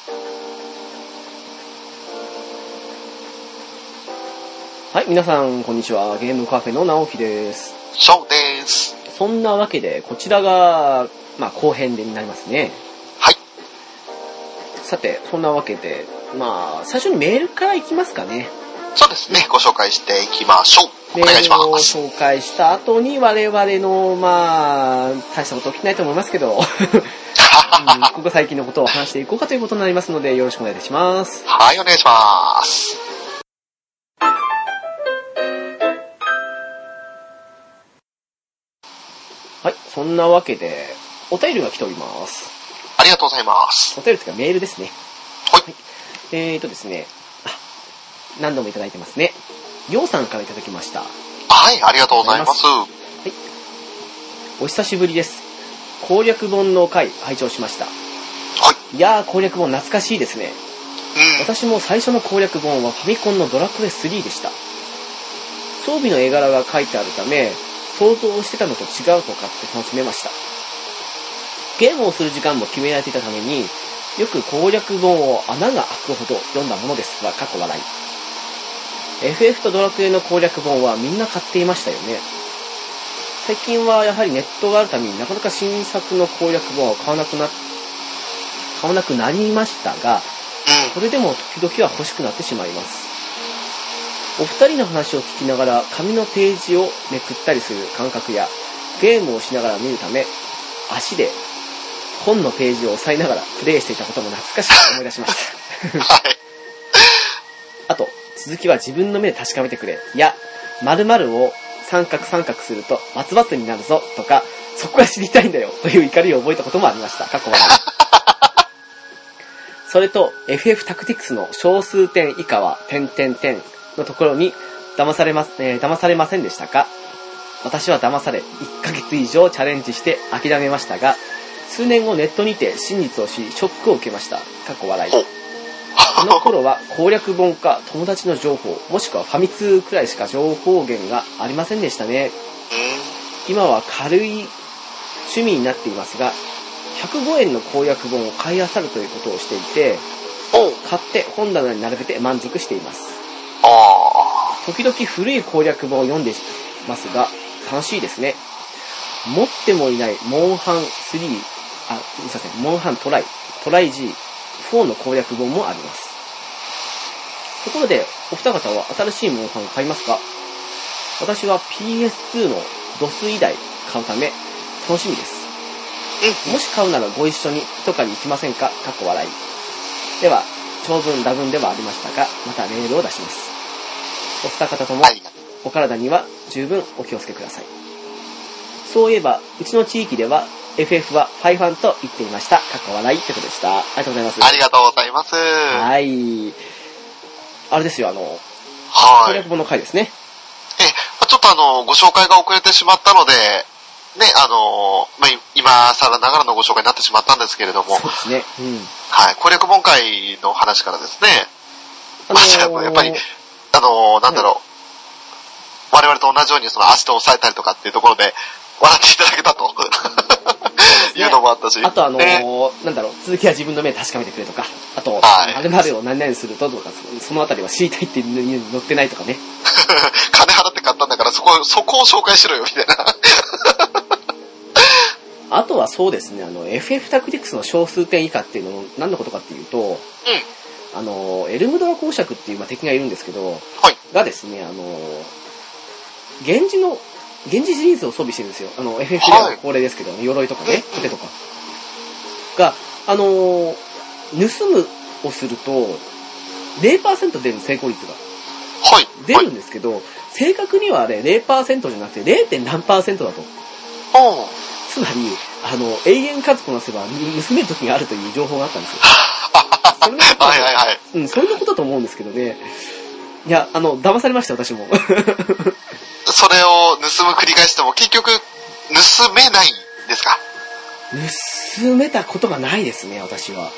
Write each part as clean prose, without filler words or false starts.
はい、皆さん、こんにちは。ゲームカフェの直樹です。 そうです。 そんなわけで、こちらが、後編になりますね。 はい。 さて、そんなわけで、最初にメールからいきますかね。 そうですね。ご紹介していきましょう。お願いします。 メールを紹介した後に我々の、大したこと起きないと思いますけど、ここ最近のことを話していこうかということになりますので、よろしくお願いいたします。 はい、お願いします。 はい、そんなわけで、お便りが来ております。 ありがとうございます。 お便りというかメールですね。 はい。 ですね、何度もいただいてますね。ようさんからいただきました。 はい、ありがとうございます。はい。 お久しぶりです。攻略本の回、拝聴しました。 はい。 いやー、攻略本懐かしいですね。私も最初の攻略本はファミコンのドラクエ3でした。装備の絵柄が書いてあるため、想像してたのと違うとかって楽しめました。ゲームをする時間も決められていたために、よく攻略本を穴が開くほど読んだものですが、過去笑い。FF とドラクエの攻略本はみんな買っていましたよね。最近はやはりネットがあるためになかなか新作の攻略本を買わなくなりましたが、それでも時々は欲しくなってしまいます。お二人の話を聞きながら紙のページをめくったりする感覚や、ゲームをしながら見るため、足で本のページを押さえながらプレイしていたことも懐かしく思い出しました。はい。あと、続きは自分の目で確かめてくれ。いや、〇〇を三角するとバツバツになるぞとか、そこが知りたいんだよという怒りを覚えたこともありました。過去は。それと、FF タクティクスの小数点以下は、のところに騙されませんでしたか？私は騙され、1ヶ月以上チャレンジして諦めましたが、数年後ネットにて真実を知りショックを受けました。過去笑い。この頃は攻略本か友達の情報、もしくはファミ通くらいしか情報源がありませんでしたね。今は軽い趣味になっていますが、105円の攻略本を買い漁るということをしていて、買って本棚に並べて満足しています。時々古い攻略本を読んでますが、楽しいですね。持ってもいないモンハントライ G4 の攻略本もあります。ところで、お二方は新しいモンハン買いますか？私は PS2 のDOS 以来買うため、楽しみです。もし買うならご一緒にとかに行きませんか？かっこ笑い。では、長文多文ではありましたが、またメールを出します。お二方とも、お体には十分お気をつけください。そういえば、うちの地域では、FF はファイファンと言っていました。かっこ笑いってことでした。ありがとうございます。 ありがとうございます。 はい。あれですよ、攻略本の回ですね。 ちょっとご紹介が遅れてしまったので、ね、今更ながらのご紹介になってしまったんですけれども。そうですね。 はい。攻略本会の話からですね。やっぱり、我々と同じようにその足で押さえたりとかっていうところで、笑っていただけたと。いうのもあったし。 あと続きは自分の目で確かめてくれとか、あと、〇〇を何々するとか、そのあたりは知りたいっていうのに載ってないとかね。 金払って買ったんだからそこを紹介しろよ、みたいな。 あとはそうですね、FF タクティクスの小数点以下っていうのも何のことかっていうと、エルムドラ公爵っていう敵がいるんですけど、がですね、源氏シリーズを装備してるんですよ。FF では恒例ですけど、鎧とかね、盾とか。が、盗むをすると、0% 出る成功率が。出るんですけど、正確にはあれ 0% じゃなくて 0. 何%だと。つまり、永遠数こなせば盗める時があるという情報があったんですよ。そんなことだと思うんですけどね。いや、騙されました、私も。 それを盗む繰り返しても結局盗めないんですか？ 盗めたことがないですね、私は。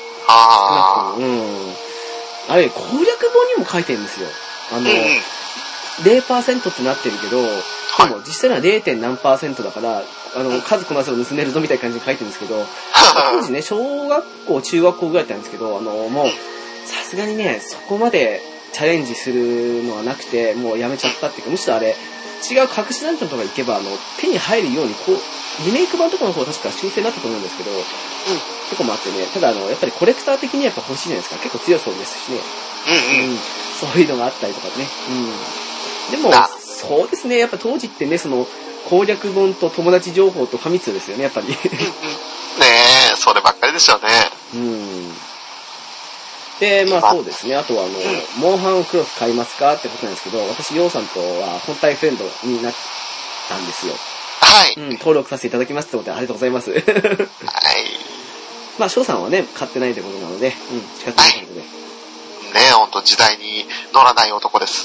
あれ、攻略本にも書いてるんですよ。0% ってなってるけど、でも実際には 0. 何%だから、数こなせば盗めるぞみたいな感じで書いてるんですけど、 当時ね、小学校、中学校ぐらいだったんですけど、もう、さすがにね、そこまでチャレンジするのはなくて、もうやめちゃったっていうか、むしろあれ、違う隠しダンジョンとか行けば、手に入るように、こう、リメイク版とかの方は確か修正になったと思うんですけど、とかもあってね、ただやっぱりコレクター的にやっぱ欲しいじゃないですか。結構強そうですしね。そういうのがあったりとかね。でも、そうですね、やっぱ当時ってね、攻略本と友達情報とファミ通ですよね、やっぱり。 ねえ、そればっかりですよね。 で、まあそうですね。あとはモンハンクロス買いますかってことなんですけど、私、ヨウさんとは本体フレンドになったんですよ。 はい。 登録させていただきますってことでありがとうございます。はい。まあ、翔さんはね、買ってないということなので、仕方ないということで。 ねえ、ほんと時代に乗らない男です。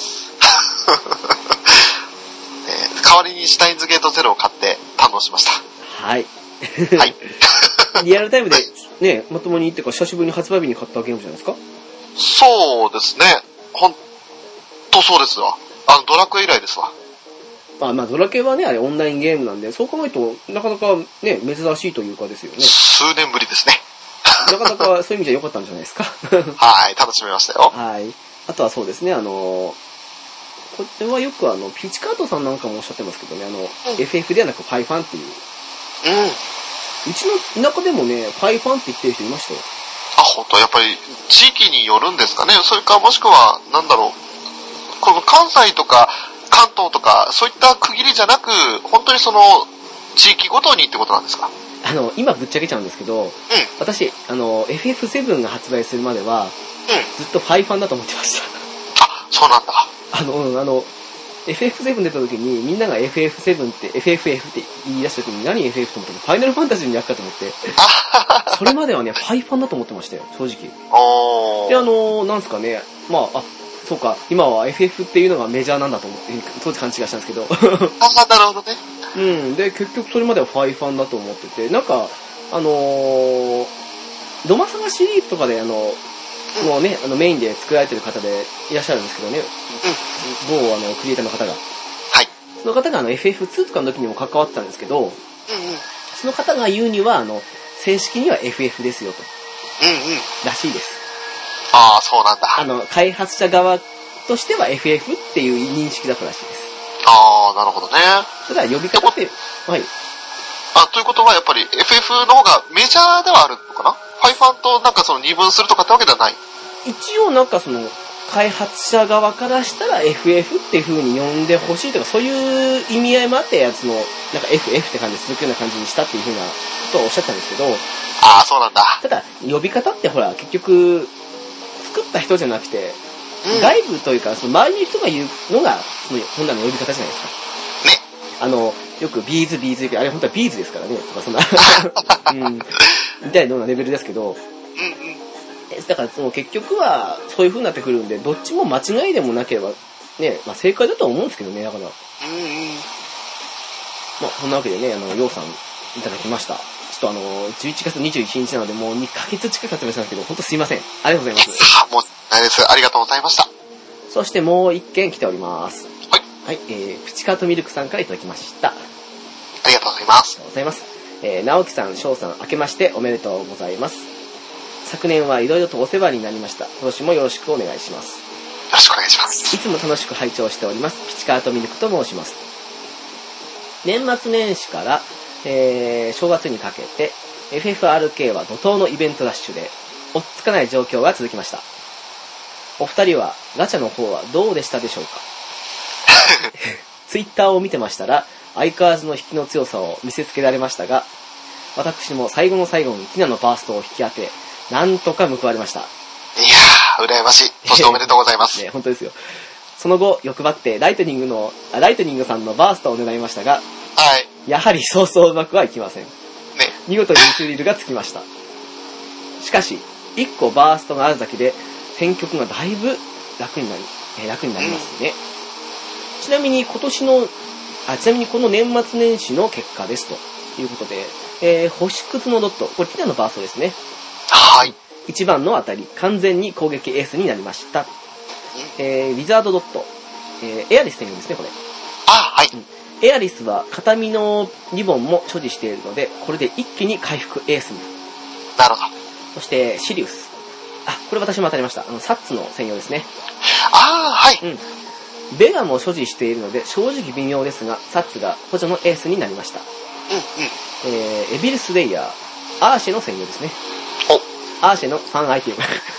代わりにシュタインズゲートゼロを買って堪能しました。 はい。 はい。 リアルタイムでね、まともにっていうか久しぶりに発売日に買ったゲームじゃないですか？ そうですね。ほんとそうですわ。ドラクエ以来ですわ。 まあ、ドラクエはね、あれオンラインゲームなんで、そう考えると、なかなかね、珍しいというかですよね。 数年ぶりですね。 なかなかそういう意味じゃ良かったんじゃないですか。 はい、楽しみましたよ。 はい。あとはそうですね、これはよくピチカートさんなんかもおっしゃってますけどね、FF ではなくファイファンっていう。うちの田舎でもね、ファイファンって言ってる人いましたよ。 本当やっぱり地域によるんですかね。それかもしくは、なんだろう。この関西とか関東とか、そういった区切りじゃなく、本当に地域ごとにってことなんですか？ 今ぶっちゃけちゃうんですけど、私、FF7 が発売するまでは、ずっとファイファンだと思ってました。 そうなんだ。 FF7 出た時に、みんなが FF7 って、FFF って言い出した時に、何 FF と思って、ファイナルファンタジーにやっかと思って、それまではね、ファイファンだと思ってましたよ、正直。で、なんすかね、まあ、そうか、今は FF っていうのがメジャーなんだと思って、当時勘違いしたんですけど。 なるほどね。 で、結局それまではファイファンだと思ってて、なんか、ドマサガシリーズとかでもうね、メインで作られてる方でいらっしゃるんですけどね、某クリエイターの方が。 はい。 その方がFF2 とかの時にも関わってたんですけど、その方が言うには、正式には FF ですよと。らしいです。 そうなんだ。 開発者側としては FF っていう認識だったらしいです。 なるほどね。 ただ呼び方って、はい。 ということはやっぱり FF の方がメジャーではあるのかな？ファイファンとなんか二分するとかってわけではない？ 一応なんか開発者側からしたら FF っていう風に呼んでほしいとか、そういう意味合いもあってやつの、なんか FF って感じで続くような感じにしたっていう風なことをおっしゃったんですけど、 そうなんだ。 ただ、呼び方ってほら、結局、作った人じゃなくて、外部というか、周りの人が言うのが、本来の呼び方じゃないですか。ね。よくビーズ、あれ本当はビーズですからね、とかそんな、みたいなようなレベルですけど、だから結局はそういう風になってくるんで、どっちも間違いでもなければね、まあ正解だとは思うんですけどね、だから。まあそんなわけでね、ヨウさんいただきました。ちょっと11月21日なのでもう2ヶ月近く経ってましたけど、ほんとすいません。ありがとうございます。 もうないです。ありがとうございました。 そしてもう一件来ております。 はい。 はい、プチカートミルクさんからいただきました。 ありがとうございます。 ありがとうございます。直樹さん、翔さん、明けましておめでとうございます。昨年はいろいろとお世話になりました。今年もよろしくお願いします。 よろしくお願いします。 いつも楽しく拝聴しております。ピチカートミルクと申します。年末年始から、正月にかけて、FFRK は怒涛のイベントラッシュで、追っつかない状況が続きました。お二人は、ガチャの方はどうでしたでしょうか？ツイッターを見てましたら、相変わらずの引きの強さを見せつけられましたが、私も最後の最後にティナのバーストを引き当て、なんとか報われました。いやー、羨ましい。そしておめでとうございます。 ね、本当ですよ。その後、欲張ってライトニングさんのバーストを狙いましたが、 はい。 やはりそうそううまくはいきません。 ね。 見事にミスリルがつきました。しかし、1個バーストがあるだけで、選曲がだいぶ楽になりますね。ちなみにこの年末年始の結果ですということで、星屑のドット、これティナのバーストですね。 はい。 1番のあたり、完全に攻撃エースになりました。ウィザードドット、エアリスというんですね、これ。 はい。 エアリスは片身のリボンも所持しているので、これで一気に回復エースに。 なるほど。 そして、シリウス。これ私も当たりました。サッツの専用ですね。 はい。 ベガも所持しているので、正直微妙ですが、サッツが補助のエースになりました。エビルスレイヤー、アーシェの専用ですね。アーシェのファンアイテム。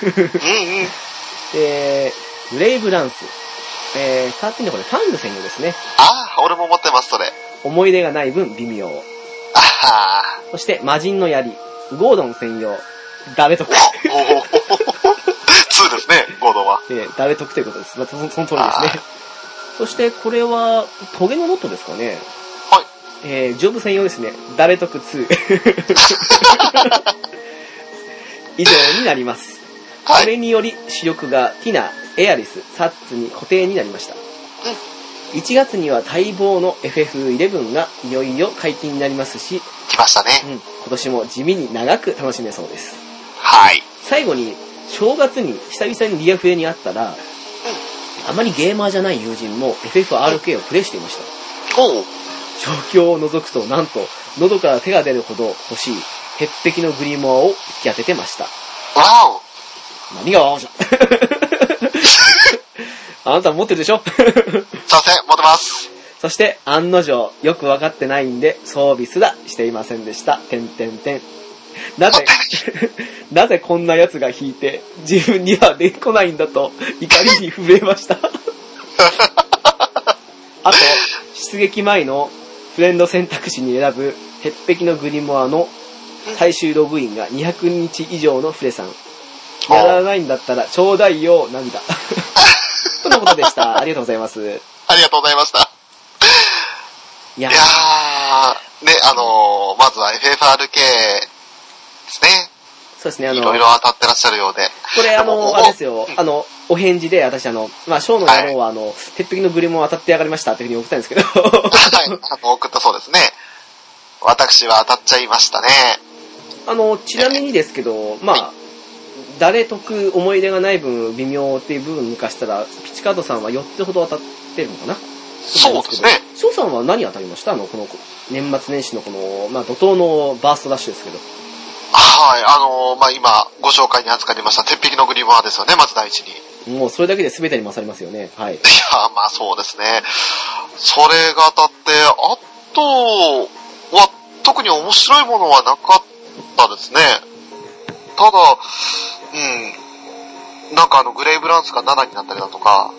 ブレイブランス。13でこれファング専用ですね。 俺も持ってます、それ。 思い出がない分微妙。そして魔人の槍、ゴードン専用。ダメ得。2 ですね、ゴードンは。 ダメ得ということです。その通りですね。そしてこれは、トゲのノットですかね。 はい。 ジョブ専用ですね。ダメ得2。以上になります。これにより主力がティナ、エアリス、サッツに固定になりました。1月には待望の FF11 がいよいよ解禁になりますし、 来ましたね。 今年も地味に長く楽しめそうです。 はい。 最後に、正月に久々にリアフレに会ったら、あまりゲーマーじゃない友人も FFRK をプレイしていました。状況を除くと、なんと、喉から手が出るほど欲しい、鉄壁のグリモアを引き当ててました。何がワオじゃあなた持ってるでしょ？ すいません、持ってます。 そして、案の定、よくわかってないんで、装備すらしていませんでした。なぜこんな奴が引いて、自分にはできないんだと、怒りに震えました。あと、出撃前のフレンド選択肢に選ぶ、鉄壁のグリモアの最終ログインが200日以上のフレさん。やらないんだったら、ちょうだいよ、涙。とのことでした。ありがとうございます。 ありがとうございました。いやー、ね、まずは FFRK ですね。 そうですね、 いろいろ当たってらっしゃるようで。 これ、あれですよ、お返事で、私、ショーの野郎は、鉄壁のグリモン当たってやがりましたっていうふうに送ったんですけど。 はい、送ったそうですね。私は当たっちゃいましたね。 ちなみにですけど、誰得思い出がない分微妙っていう部分抜かしたら、ピチカートさんは4つほど当たってるのかな？ そうですね。 翔さんは何当たりました？この年末年始のこの、怒涛のバーストダッシュですけど。 はい、今ご紹介に扱いました鉄壁のグリモアですよね、まず第一に。 もうそれだけで全てに勝りますよね。はい。いや、 そうですね。それが当たって、あとは特に面白いものはなかったですね。ただ、グレイブランスが7になったりだとか。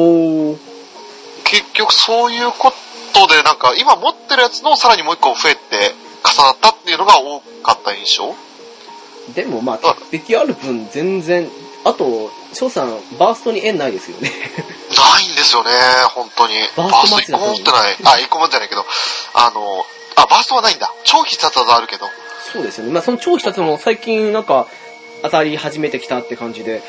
結局そういうことで、今持ってるやつのさらにもう一個増えて重なったっていうのが多かった印象。 でも鉄壁ある分全然、あと、翔さん、バーストに縁ないですよね。 ないんですよね、本当に。バースト1個も持ってない。1個も持ってないけど、バーストはないんだ。超必殺技あるけど。 そうですよね。その超必殺も最近当たり始めてきたって感じで。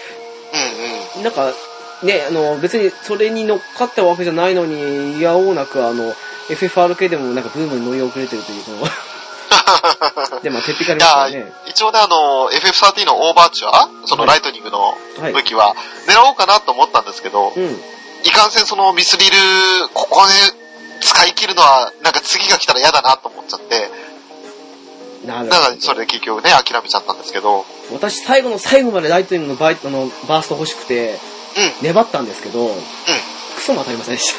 別にそれに乗っかったわけじゃないのに、いやおうなくFFRK でもブームに乗り遅れてるというのは。で、鉄壁ありますよね。 一応ね、FF13 のオーバーチュア、そのライトニングの武器は、狙おうかなと思ったんですけど、いかんせんそのミスリル、ここで使い切るのは、次が来たら嫌だなと思っちゃって、それで結局ね、諦めちゃったんですけど。 私、最後の最後までライトニングのバースト欲しくて、粘ったんですけど、クソも当たりませんでした。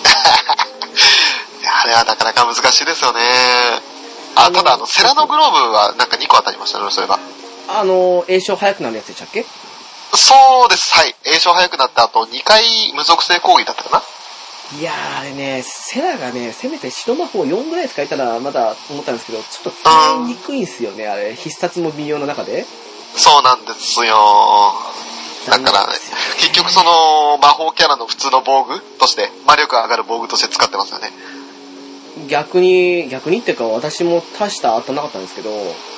あれはなかなか難しいですよね。ただセラノグローブは2個当たりましたね、それが。 栄翔早くなるやつでしたっけ？ そうです、はい。栄翔早くなった後、2回無属性攻撃だったかな？ いやー、あれね、セラがね、せめて白魔法4ぐらい使えたらまだ思ったんですけど、ちょっと使いにくいんすよね、あれ。必殺も微妙な中で。 そうなんですよ。だからね、結局その魔法キャラの普通の防具として、魔力上がる防具として使ってますよね。 逆にっていうか私も大した当たんなかったんですけど、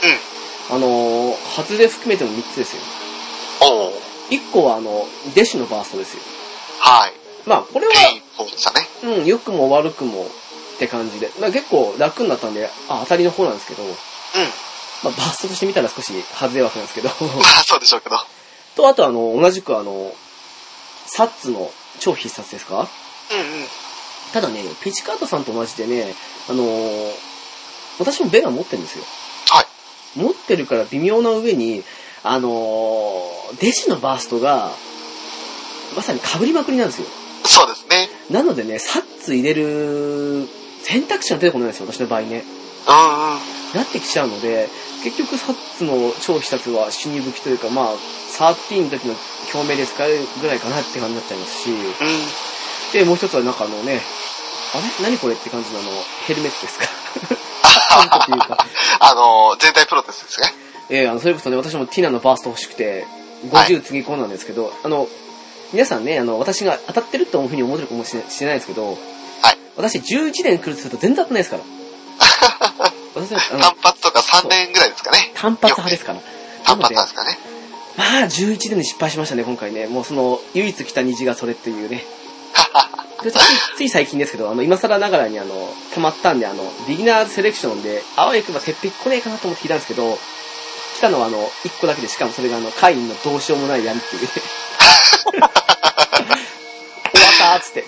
外れ含めても3つですよ。1個は弟子のバーストですよ。 はい。 これは、 そうでしたね。 良くも悪くもって感じで、結構楽になったんで、当たりの方なんですけど、バーストとして見たら少し外れ枠なんですけど。 そうでしょうけど。 と、あと同じくサッツの超必殺ですか？ただね、ピチカートさんと同じでね、私もベガ持ってるんですよ。 はい。 持ってるから微妙な上に、デジのバーストが、まさに被りまくりなんですよ。 そうですね。 なのでね、サッツ入れる選択肢が出てこないんですよ、私の場合ね。なってきちゃうので、結局サッツの超必殺は死に武器というか、まあ、13の時の表明で使えるぐらいかなって感じになっちゃいますし、で、もう一つはなんかね、あれ何これって感じのヘルメットですかっていうか全体プロテスですね。 それこそね、私もティナのバースト欲しくて、50つぎ込んだんですけど、皆さんね、私が当たってるっていうふうに思ってるかもしれないですけど、 はい。 私11年来るとすると全然当たってないですから。私は単発とか3年ぐらいですかね。 単発派ですから。 単発派ですかね。 まあ、11年で失敗しましたね、今回ね。もう唯一来た虹がそれっていうね。つい最近ですけど、今更ながらに溜まったんで、ビギナーズセレクションで、あわよくば鉄壁来ねえかなと思って聞いたんですけど、来たのは1個だけで、しかもそれがカインのどうしようもない闇っていうね。終わったーっつって。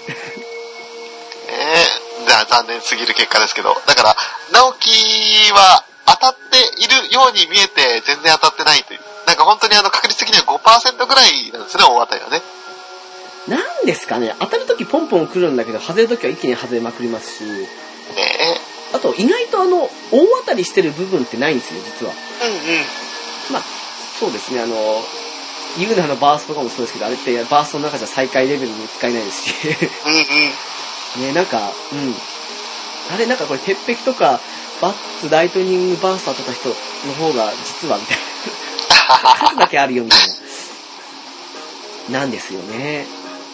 じゃあ残念すぎる結果ですけど。だから、直樹は当たっているように見えて全然当たってないという。なんか本当に確率的には 5% ぐらいなんですね、大当たりはね。 なんですかね、当たるときポンポン来るんだけど、外れるときは一気に外れまくりますし。ねえ。 あと、意外と大当たりしてる部分ってないんですよ、実は。まあ、そうですね、ユーナのバーストとかもそうですけど、あれってバーストの中じゃ最下位レベルに使えないですし。ね、なんか、あれ、なんかこれ、鉄壁とか、バッツ、ライトニングバースターとか人の方が、実は、みたいな。数だけあるよ、みたいな。なんですよね。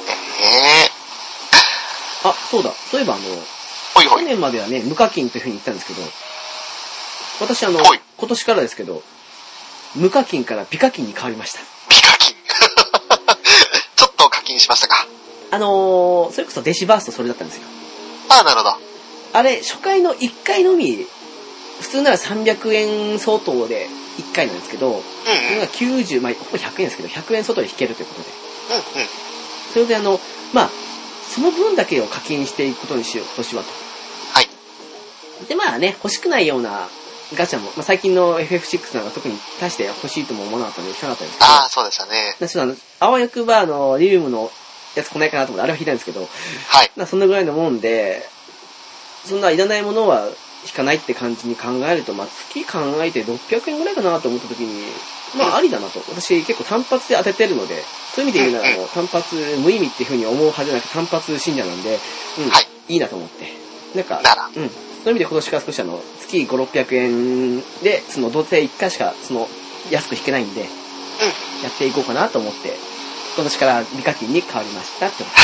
あ、そうだ。そういえば去年まではね、無課金という風に言ったんですけど、私今年からですけど、無課金から美課金に変わりました。 美課金ちょっと課金しましたか。 それこそデシバーストそれだったんですよ。 ああ、なるほど。 あれ、初回の1回のみ、普通なら300円相当で1回なんですけど、それが90、まあ、ほぼ100円ですけど、100円相当で引けるということで。それでまあ、その分だけを課金していくことにしよう、今年はと。 はい。 で、まあね、欲しくないようなガチャも、まあ、最近の FF6 なんか特に大して欲しいとも思わなかったので、引かなかったんですけど。 ああ、そうでしたね。 ちょっとあわよくば、リウムのやつ来ないかなと思って、あれは引いたんですけど、 はい。 そんなぐらいのもんで、そんないらないものは引かないって感じに考えると、まあ、月考えて600円ぐらいかなと思った時に、まあ、ありだなと。私結構単発で当ててるので、そういう意味で言うなら単発無意味っていう風に思う派じゃなくて単発信者なんで、 はい、 いいなと思って。なんか、そういう意味で今年から少し月5、600円で、どうせ1回しか、安く引けないんで、やっていこうかなと思って、今年から美課金に変わりましたって思って。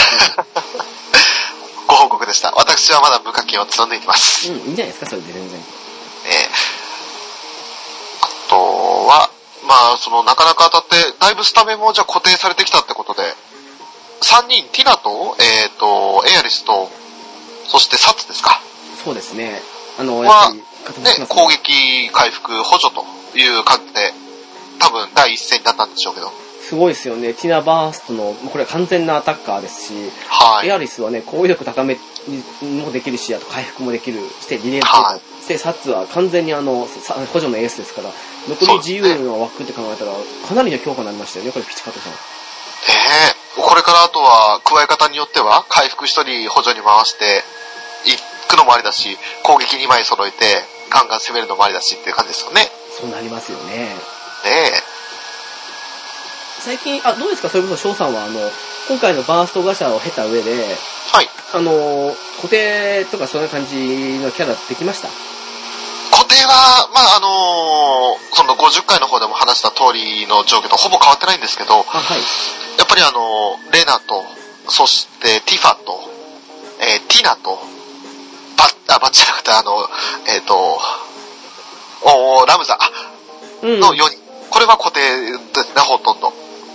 ご報告でした。私はまだ無課金を貫いてます。 いいんじゃないですか、それで全然。 あとは、まあ、なかなか当たって、だいぶスタメンもじゃあ固定されてきたってことで、3人、ティナと、エアリスと、そしてサッツですか。 そうですね。 は、ね、攻撃回復補助という感じで、多分第一戦になったんでしょうけど。 すごいですよね。ティナバーストの、これは完全なアタッカーですし、 はい。 エアリスはね、攻撃力高めもできるし、あと回復もできる、してリレーもできる。で、サッツは完全に補助のエースですから、残り自由の枠って考えたら、かなりの強化になりましたよね、これピチカートさん。 これからあとは、加え方によっては、回復1人補助に回して、行くのもありだし、攻撃2枚揃えて、ガンガン攻めるのもありだしっていう感じですよね。 そうなりますよね。最近、どうですか、それこそ翔さんは今回のバーストガシャを経た上で、 はい。 固定とかそういう感じのキャラできました？ 固定は、まあその50回の方でも話した通りの状況とほぼ変わってないんですけど、 はい。 やっぱりレナと、そしてティファと、ティナと、バッチじゃなくてラムザの4人。これは固定ですね、ほとんど。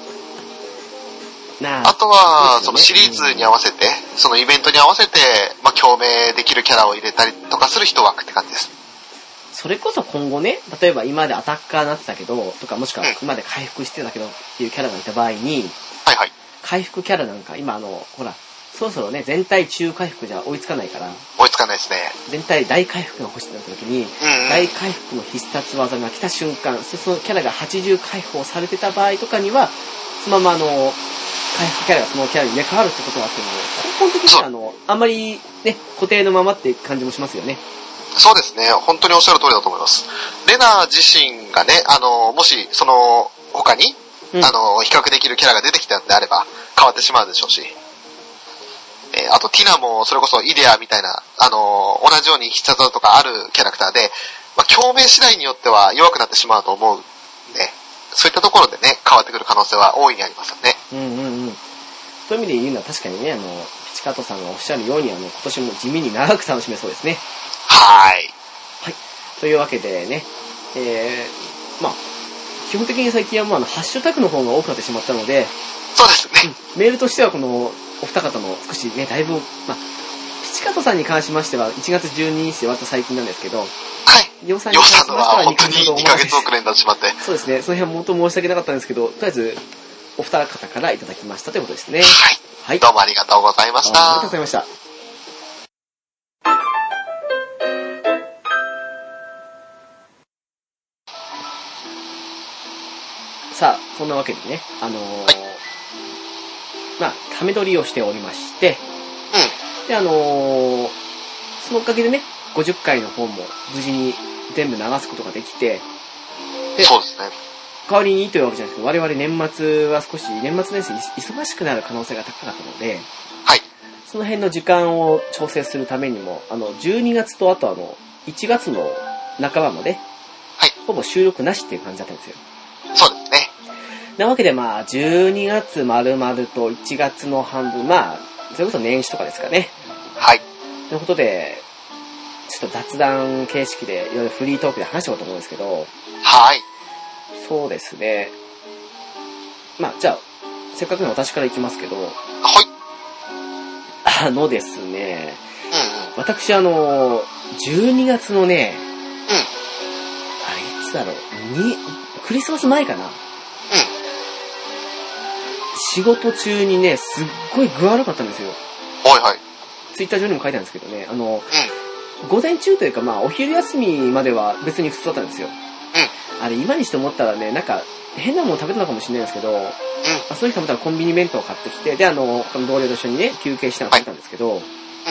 あとは、そのシリーズに合わせて、そのイベントに合わせて、まあ、共鳴できるキャラを入れたりとかする一枠って感じです。 それこそ今後ね、例えば今までアタッカーになってたけど、とかもしくは今まで回復してたけどっていうキャラがいた場合に、 はいはい。 回復キャラなんか、今ほら、 そろそろね、全体中回復じゃ追いつかないから、 追いつかないですね。 全体大回復が欲しいとなった時に、大回復の必殺技が来た瞬間、そのキャラが80回復をされてた場合とかには、そのまま回復キャラがそのキャラに入れ替わるってことがあっても、根本的にはあんまりね、固定のままって感じもしますよね。 そうですね。本当におっしゃる通りだと思います。レナ自身がね、もし、その、他に、比較できるキャラが出てきたんであれば、変わってしまうでしょうし。あと、ティナも、それこそイデアみたいな、同じように必殺技とかあるキャラクターで、共鳴次第によっては弱くなってしまうと思うんで、そういったところでね、変わってくる可能性は大いにありますよね。 そういう意味で言うのは確かにね、ピチカートさんがおっしゃるように、今年も地味に長く楽しめそうですね。 はい。 というわけでね、基本的に最近はもうハッシュタグの方が多くなってしまったので、 そうですね。 メールとしてはこのお二方の少しね、だいぶ、ピチカートさんに関しましては1月12日で割と最近なんですけど、 ヨウさんのは本当に2ヶ月遅れになってしまって。 そうですね、その辺は本当申し訳なかったんですけど、とりあえずお二方からいただきましたということですね。 はい。どうもありがとうございました。 ありがとうございました。さあ、そんなわけでね、ため撮りをしておりまして、で、そのおかげでね、50回の方も無事に全部流すことができて、 で、そうですね。 代わりにというわけじゃなくて、我々年末は少し、年末年始忙しくなる可能性が高かったので、その辺の時間を調整するためにも、12月とあと1月の半ばまで、ほぼ収録なしっていう感じだったんですよ。 そうですね。 なわけで12月丸々と1月の半分、それこそ年始とかですかね。ということで、ちょっと雑談形式でいろいろフリートークで話しておこうと思うんですけど、そうですね。じゃあ、せっかくの私からいきますけど、ですね、私12月のね、あれいつだろう、クリスマス前かな。仕事中にね、すっごい具合悪かったんですよ。ツイッター上にも書いてあるんですけどね、午前中というかお昼休みまでは別に普通だったんですよ。あれ今にして思ったらね、なんか変なもの食べたのかもしれないんですけど、そういう人もコンビニ弁当を買ってきて、で他の同僚と一緒にね、休憩して食べたんですけど、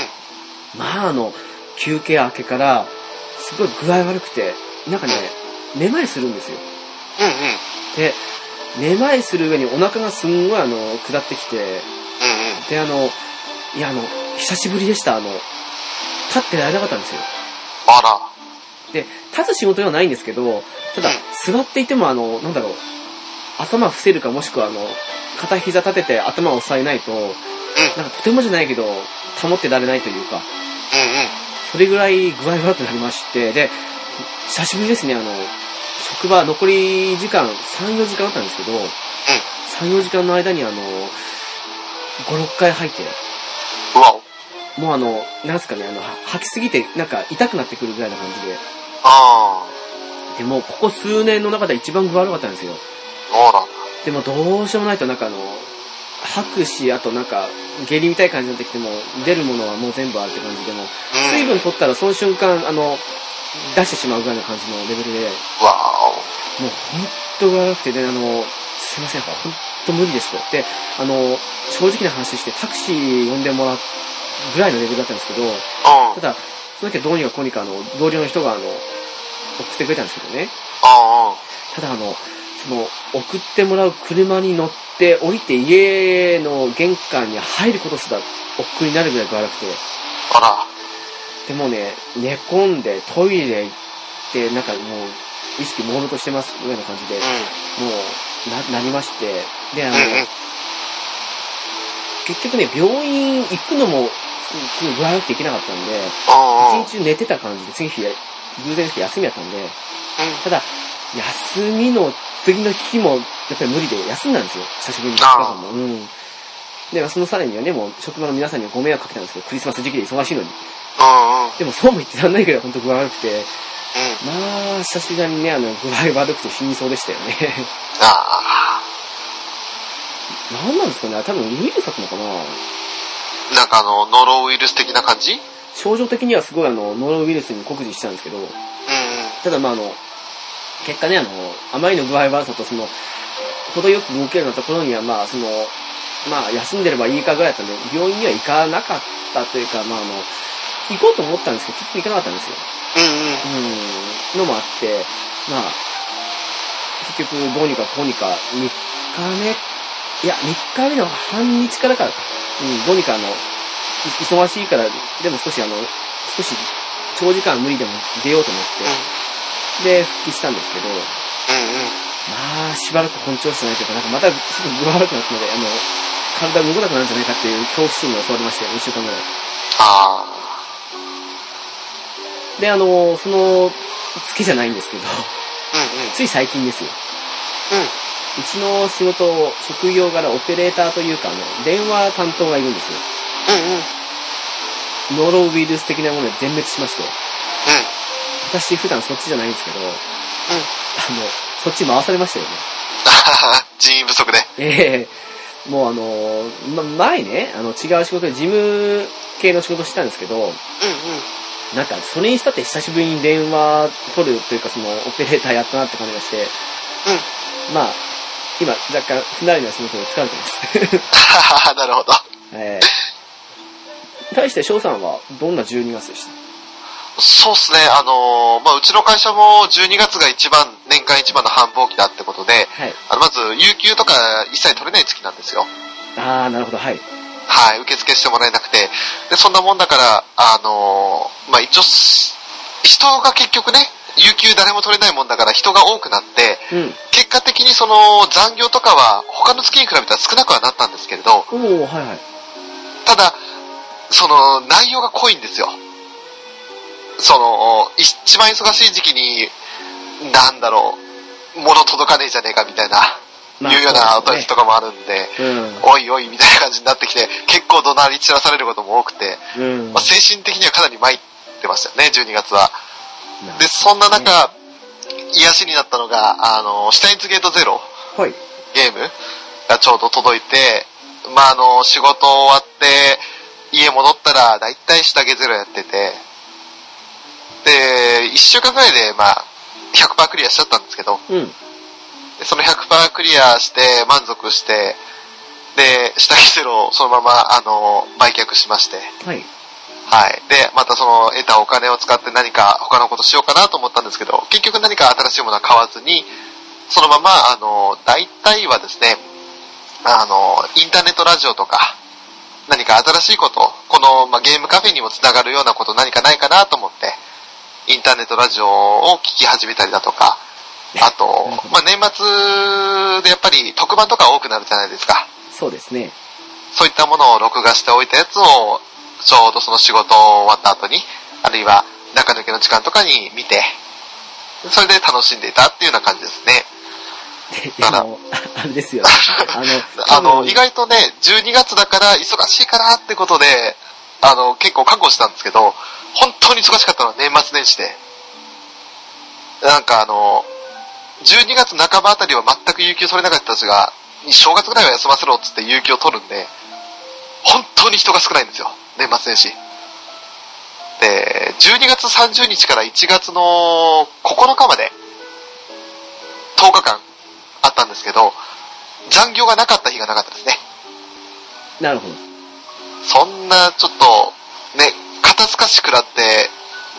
休憩明けから、すごい具合悪くて、なんかね、めまいするんですよ。で、めまいする上にお腹がすんごい下ってきて、で久しぶりでした。立ってられなかったんですよ。で、立つ仕事ではないんですけど、ただ、座っていても頭伏せるかもしくは片膝立てて頭を押さえないと、なんかとてもじゃないけど、保ってられないというか、それぐらい具合悪くなりまして、で、久しぶりですね、職場残り時間3、4時間あったんですけど、3、4時間の間に5、6回吐いて、もうなんすかね、吐きすぎて、なんか痛くなってくるぐらいな感じで。でも、ここ数年の中で一番具合悪かったんですよ。でも、どうしようもないと、なんか吐くし、あとなんか、下痢みたいな感じになってきても、出るものはもう全部あるって感じでも、水分取ったらその瞬間、出してしまうぐらいの感じのレベルで、もうほんと具合悪くて、で、すいません、ほんと無理ですと。で、正直な話して、タクシー呼んでもらうぐらいのレベルだったんですけど、ただ、その時はどうにかこうにか同僚の人が送ってくれたんですけどね。ただ送ってもらう車に乗って降りて家の玄関に入ることすら億劫になるぐらい具合悪くて。でもね、寝込んでトイレ行って、なんかもう意識朦朧としてますぐらいな感じで、もうなりまして、で、結局ね、病院行くのも具合悪くて行けなかったんで、一日寝てた感じで、次の日、偶然ですけど休みやったんで、ただ、休みの次の日も、やっぱり無理で休んだんですよ。久しぶりに。で、そのさらにはね、もう職場の皆さんにはご迷惑かけたんですけど、クリスマス時期で忙しいのに。でもそうも言ってらんないけど、ほんと具合悪くて、久しぶりにね、具合悪くて死にそうでしたよね。なんなんですかね、多分ウイルスだったのかな。 なんかノロウイルス的な感じ？ 症状的にはすごいノロウイルスに酷似したんですけど、ただ結果ね、あまりの具合悪さと、程よく動けるようなところには、休んでればいいかぐらいだったんで、病院には行かなかったというか、行こうと思ったんですけど、結局行かなかったんですよ。のもあって、結局、どうにかこうにか、3日目の半日からか、どうにか忙しいから、でも少し長時間無理でも出ようと思って、で、復帰したんですけど、しばらく本調子じゃないというか、なんかまたすぐ具合悪くなったので、体動かなくなるんじゃないかっていう恐怖心が襲われましたよ、2週間ぐらい。で、その月じゃないんですけど、つい最近ですよ。うちの仕事、職業柄オペレーターというか、電話担当がいるんですよ。ノロウイルス的なもので全滅しまして。私普段そっちじゃないんですけど、そっち回されましたよね。 人員不足で。 もう前ね、違う仕事で事務系の仕事してたんですけど、なんかそれにしたって久しぶりに電話取るというかオペレーターやったなって感じがして、今若干不慣れな仕事で疲れてます。 なるほど。 対して翔さんはどんな12月でした？ そうですね、うちの会社も12月が年間一番の繁忙期だってことで、まず、有給とか一切取れない月なんですよ。 なるほど、はい。 受付してもらえなくて、で、そんなもんだから、一応、人が結局ね、有給誰も取れないもんだから人が多くなって、結果的に残業とかは他の月に比べたら少なくはなったんですけれど、ただ、内容が濃いんですよ。一番忙しい時期に、物届かねえじゃねえかみたいな、いうようなお時とかもあるんで、おいおいみたいな感じになってきて、結構怒鳴り散らされることも多くて、精神的にはかなり参ってましたよね、12月は。で、そんな中、癒しになったのが、シュタインズゲートゼロ、ゲームがちょうど届いて、仕事終わって、家戻ったら、だいたい下着ゼロやってて、で、1週間くらいで、100% クリアしちゃったんですけど、でその 100% クリアして、満足して、で、下着ゼロをそのまま、売却しまして、で、また得たお金を使って何か他のことしようかなと思ったんですけど、結局何か新しいものは買わずに、そのまま、大体はですね、インターネットラジオとか、何か新しいこと、この、ゲームカフェにもつながるようなこと何かないかなと思って、インターネットラジオを聞き始めたりだとか、あと、年末でやっぱり特番とか多くなるじゃないですか。 そうですね。 そういったものを録画しておいたやつを、ちょうどその仕事終わった後に、あるいは中抜けの時間とかに見て、それで楽しんでいたっていうような感じですね。 だから、あれですよね。 意外とね、12月だから忙しいからってことで、結構覚悟したんですけど、本当に忙しかったのは年末年始で。なんか12月半ばあたりは全く有給取れなかった人たちが、正月ぐらいは休ませろっつって有給を取るんで、本当に人が少ないんですよ、年末年始。で、12月30日から1月の9日まで、10日間あったんですけど、残業がなかった日がなかったですね。 なるほど。 そんな、ちょっと、ね、肩透かし食らって、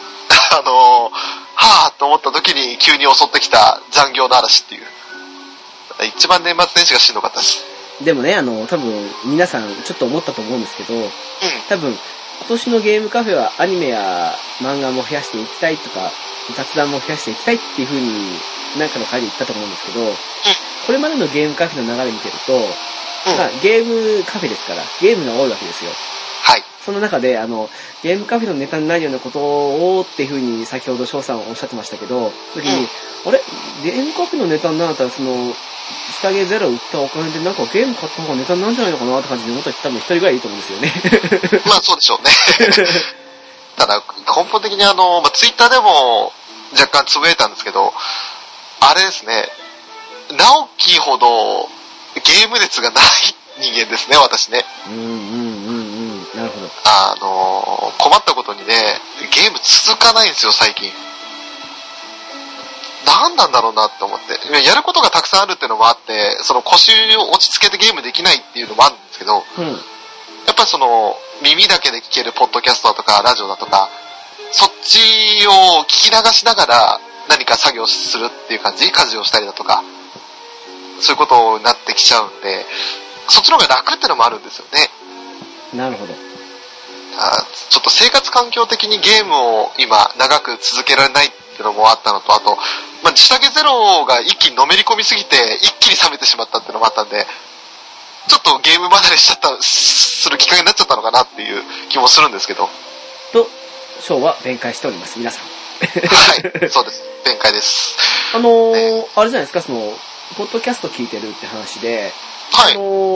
はぁと思った時に急に襲ってきた残業の嵐っていう。一番年末年始がしんどかったです。 でもね、多分、皆さんちょっと思ったと思うんですけど、多分、今年のゲームカフェはアニメや漫画も増やしていきたいとか、雑談も増やしていきたいっていう風に、なんかの回で言ったと思うんですけど、これまでのゲームカフェの流れ見てると、ゲームカフェですから、ゲームが多いわけですよ。その中で、ゲームカフェのネタになるようなことをっていう風に先ほど翔さんおっしゃってましたけど、時に、あれゲームカフェのネタになったら、下着ゼロ売ったお金でなんかゲーム買った方がネタになるんじゃないのかなって感じで思ったら多分一人ぐらいいいと思うんですよね。 そうでしょうね。ただ、根本的にツイッターでも若干つぶやいたんですけど、あれですね、直樹ほどゲーム熱がない人間ですね、私ね。 なる困ったことにね、ゲーム続かないんですよ、最近。何なんだろうなって思って。やることがたくさんあるっていうのもあって、その腰を落ち着けてゲームできないっていうのもあるんですけど、 うん、 やっぱりその、耳だけで聞けるポッドキャストだとか、ラジオだとか、そっちを聞き流しながら何か作業するっていう感じ、家事をしたりだとか、そういうことになってきちゃうんで、そっちの方が楽ってのもあるんですよね。 なるほど。 ちょっと生活環境的にゲームを今長く続けられないっていうのもあったのと、あと、地下げゼロが一気にのめり込みすぎて一気に冷めてしまったっていうのもあったんで、ちょっとゲーム離れする機会になっちゃったのかなっていう気もするんですけど。 と、ショーは弁解しております、皆さん。 はい、そうです。弁解です。 あれじゃないですか、その、ポッドキャスト聞いてるって話で、 はい。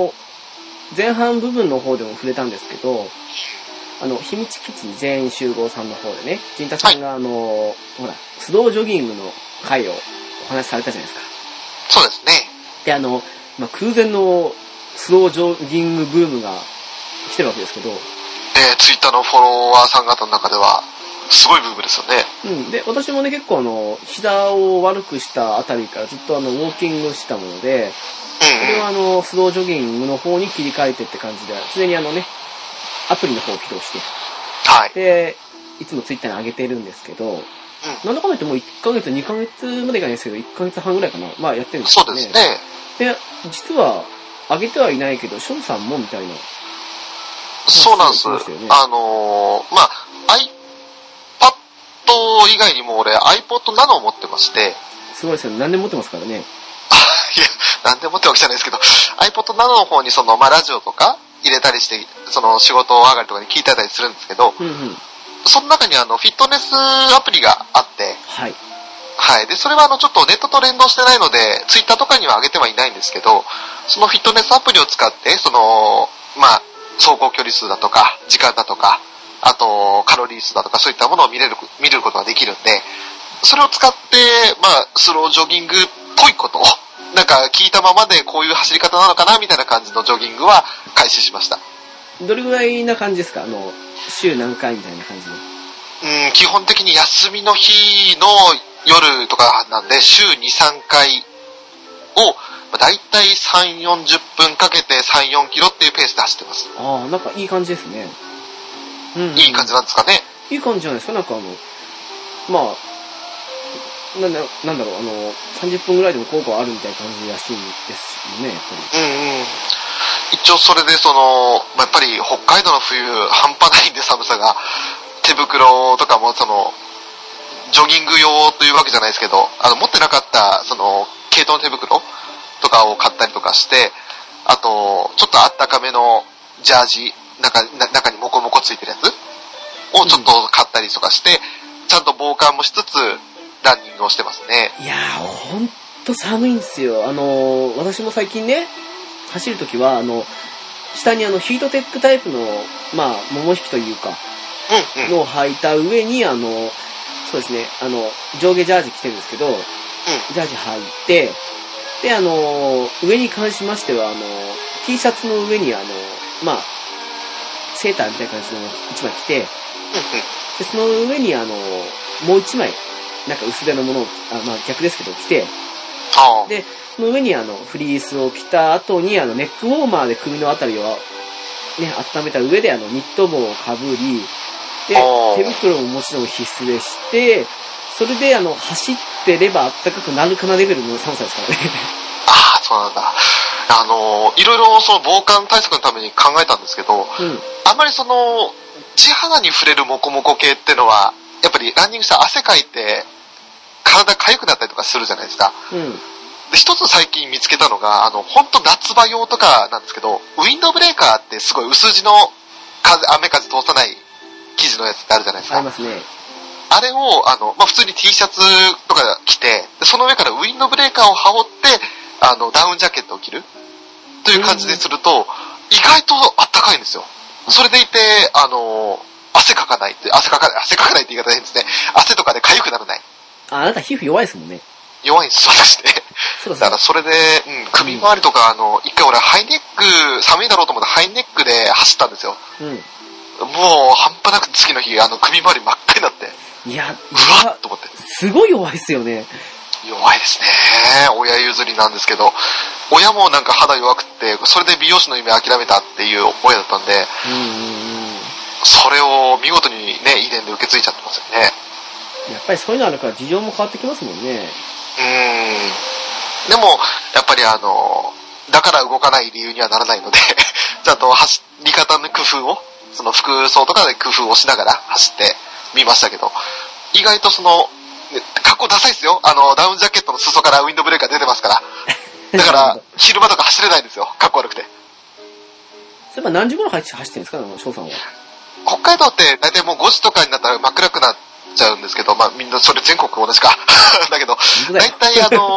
前半部分の方でも触れたんですけど、秘密基地全員集合さんの方でね、陣太さんがほら、スロージョギングの回をお話しされたじゃないですか。 そうですね。 で、空前のスロージョギングブームが来てるわけですけど、 ツイッターのフォロワーさん方の中では、すごいブームですよね。 うん。で、私もね、結構膝を悪くしたあたりからずっとウォーキングしたもので、それはスロージョギングの方に切り替えてって感じで、常にアプリの方を起動して、 はい。 で、いつもツイッターに上げてるんですけど、なんだかんだ言ってもう1ヶ月、2ヶ月までいかないですけど、1ヶ月半ぐらいかな。まあやってるんですよね。 そうですね。 で、実は、上げてはいないけど、ションさんもみたいな。 そうなんです。iPad 以外にも俺 iPod Nano を持ってまして。 すごいですよね。何でも持ってますからね。 いや、何でもってわけじゃないですけど、iPod Nano の方にラジオとか入れたりして、仕事上がりとかに聞いてたりするんですけど、その中にフィットネスアプリがあって、 はい。 はい。で、それはちょっとネットと連動してないので、ツイッターとかには上げてはいないんですけど、そのフィットネスアプリを使って、走行距離数だとか、時間だとか、あと、カロリー数だとか、そういったものを見ることができるんで、それを使って、スロージョギングっぽいことを、なんか聞いたままでこういう走り方なのかな、みたいな感じのジョギングは開始しました。 どれぐらいな感じですか？週何回みたいな感じの？ 基本的に休みの日の夜とかなんで、週2、3回を、だいたい3、40分かけて3、4キロっていうペースで走ってます。 ああ、なんかいい感じですね。 いい感じなんですかね。 いい感じじゃないですか。なんかなんだろう、30分ぐらいでも効果はあるみたいな感じらしいですね、やっぱり。 一応それでやっぱり北海道の冬半端ないんで寒さが、手袋とかもジョギング用というわけじゃないですけど、持ってなかった毛糸の手袋とかを買ったりとかして、あと、ちょっとあったかめのジャージ、中にモコモコついてるやつをちょっと買ったりとかして、ちゃんと防寒もしつつ、ランニングをしてますね。 いやー、ほんと寒いんですよ。私も最近ね、走るときは、下にヒートテックタイプの、桃引きというか、のを履いた上に、そうですね、上下ジャージ着てるんですけど、ジャージ履いて、で、上に関しましては、T シャツの上に、セーターみたいな感じの一枚着て、で、その上に、もう一枚、なんか薄手のものを、逆ですけど、着て、で、その上にフリースを着た後に、ネックウォーマーで首のあたりを、ね、温めた上で、ニット帽をかぶり、で、手袋ももちろん必須でして、それで、走ってればあったかくなるかなレベルの寒さですからね。 ああ、そうなんだ。いろいろ防寒対策のために考えたんですけど、あんまり地肌に触れるモコモコ系ってのは、やっぱりランニングしたら汗かいて、体痒くなったりとかするじゃないですか。で、一つ最近見つけたのが、ほんと夏場用とかなんですけど、ウィンドブレーカーってすごい薄地の雨風通さない生地のやつってあるじゃないですか。 ありますね。 あれを、普通に T シャツとか着て、その上からウィンドブレーカーを羽織って、ダウンジャケットを着るという感じですると、意外とあったかいんですよ。それでいて、汗かかないって言い方変ですね。汗とかで痒くならない。 あなた皮膚弱いですもんね。 弱いんです、私ね。だからそれで、首周りとか、一回俺ハイネック、寒いだろうと思ってハイネックで走ったんですよ。 もう半端なく次の日、首周り真っ赤になって。 いや、 うわっと思って。 すごい弱いですよね。 弱いですね。親譲りなんですけど、親もなんか肌弱くって、それで美容師の夢諦めたっていう親だったんで、それを見事にね、遺伝で受け継いじゃってますよね。 やっぱりそういうのあるから事情も変わってきますもんね。 でも、やっぱりだから動かない理由にはならないので、ちゃんと走り方の工夫を、その服装とかで工夫をしながら走ってみましたけど、意外と格好ダサいですよ。ダウンジャケットの裾からウィンドブレーカー出てますから。だから、昼間とか走れないんですよ。格好悪くて。 そういえば何時頃走ってるんですか、翔さんは。 北海道って大体もう5時とかになったら真っ暗くなっちゃうんですけど、まあみんなそれ全国同じか。だけど、大体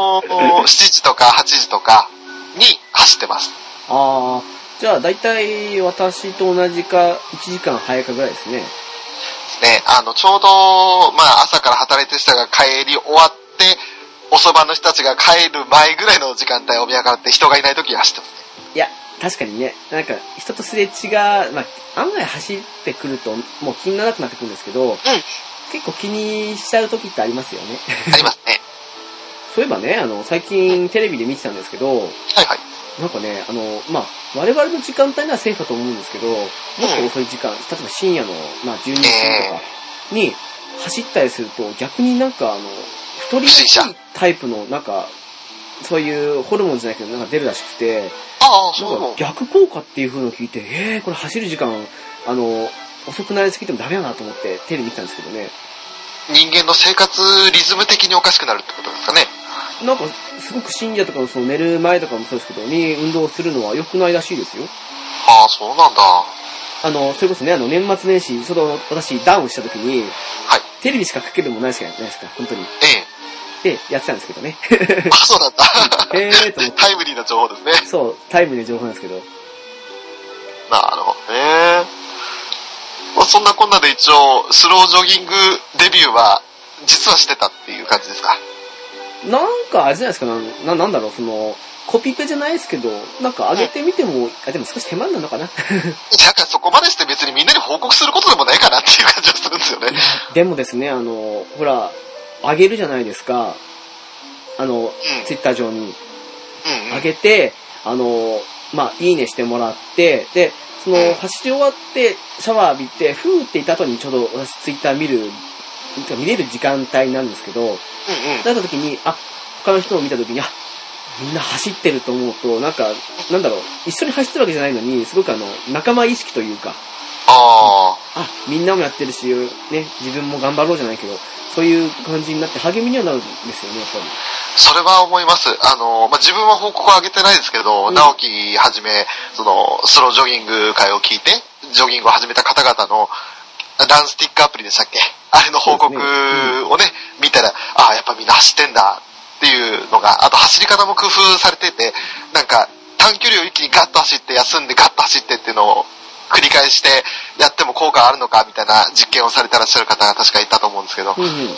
7時とか8時とかに走ってます。 ああ、じゃあ大体私と同じか1時間早いかぐらいですね。 ね、ちょうど、まあ朝から働いてる人が帰り終わって、おそばの人たちが帰る前ぐらいの時間帯を見計らって人がいない時に走ってますね。 いや、確かにね、なんか人とすれ違まあ案外走ってくるともう気にならなくなってくるんですけど、結構気にしちゃう時ってありますよね。 ありますね。 そういえばね、最近テレビで見てたんですけど、 はいはい。 なんかね、まあ、我々の時間帯ならセーフだと思うんですけど、もっと遅い時間、例えば深夜の、まあ、12時とかに走ったりすると、逆になんか太りやすいタイプの、なんか、そういうホルモンじゃないけど、なんか出るらしくて、なんか逆効果っていう風のを聞いて、これ走る時間、遅くなりすぎてもダメだなと思ってテレビ見たんですけどね。 人間の生活リズム的におかしくなるってことですかね。 なんか、すごく深夜とかの寝る前とかもそうですけど、に運動するのは良くないらしいですよ。 ああ、そうなんだ。 それこそね、年末年始、私ダウンした時に、 はい。 テレビしかかけるもないしかないですか、本当に。で、やってたんですけどね。 あ、そうなんだ。 と思って。 タイムリーな情報ですね。 そう、タイムリーな情報なんですけど。 なるほどね。まあ、そんなこんなで一応、スロージョギングデビューは、実はしてたっていう感じですか。 なんか、あれじゃないですか、なんだろう、コピペじゃないですけど、なんか上げてみても、でも少し手間になるのかな。 だからそこまでして別にみんなに報告することでもないかなっていう感じはするんですよね。 でもですね、ほら、上げるじゃないですか。ツイッター上に。上げて、まあ、いいねしてもらって、で、走り終わって、シャワー浴びて、ふーって言った後にちょうど私ツイッター見れる時間帯なんですけど、なった時に、他の人を見た時に、みんな走ってると思うと、なんか、なんだろう、一緒に走ってるわけじゃないのに、すごく仲間意識というか、みんなもやってるし、ね、自分も頑張ろうじゃないけど、そういう感じになって励みにはなるんですよね、やっぱり。 それは思います。まあ、自分は報告を上げてないですけど、直樹はじめ、スロージョギング会を聞いて、ジョギングを始めた方々の、ランスティックアプリでしたっけ？あれの報告をね、見たら、やっぱみんな走ってんだっていうのが、あと走り方も工夫されてて、なんか短距離を一気にガッと走って休んでガッと走ってっていうのを繰り返してやっても効果あるのかみたいな実験をされてらっしゃる方が確かいたと思うんですけど、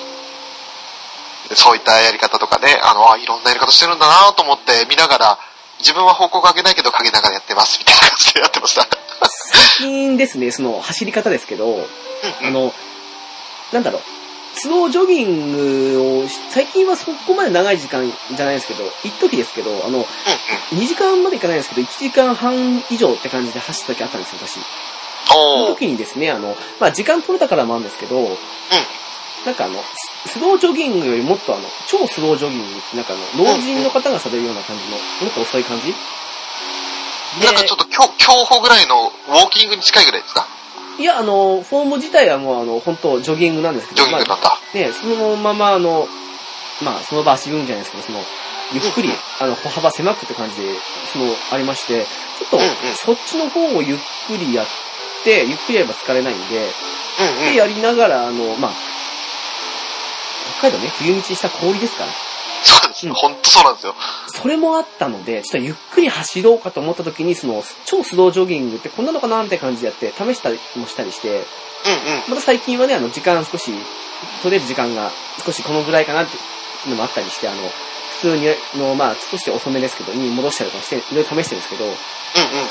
そういったやり方とかね、いろんなやり方してるんだなと思って見ながら、自分は報告あげないけど陰ながらやってますみたいな感じでやってました。 最近ですね、走り方ですけど、なんだろう、スロージョギングを、最近はそこまで長い時間じゃないですけど、一時ですけど、2時間までいかないですけど、1時間半以上って感じで走った時あったんですよ、私。その時にですね、まあ、時間取れたからもあるんですけど、なんかスロージョギングよりもっと超スロージョギングってなんか老人の方がされるような感じの、もっと遅い感じなんかちょっと競歩ぐらいのウォーキングに近いぐらいですか？ いや、フォーム自体はもう本当ジョギングなんですけど。 ジョギングなんだ。 ね、そのまままあ、その場足踏んじゃないですけど、ゆっくり、歩幅狭くって感じで、ありまして、ちょっと、そっちの方をゆっくりやって、ゆっくりやれば疲れないんで、で、やりながら、まあ、北海道ね、冬道した氷ですから。 そうですね、ほんとそうなんですよ。 それもあったので、ちょっとゆっくり走ろうかと思った時に、超スロージョギングってこんなのかなみたいな感じでやって、試したりもしたりして、また最近はね、時間少し、取れる時間が少しこのぐらいかなっていうのもあったりして、普通にまあ少し遅めですけど、に戻したりとかして、いろいろ試してるんですけど、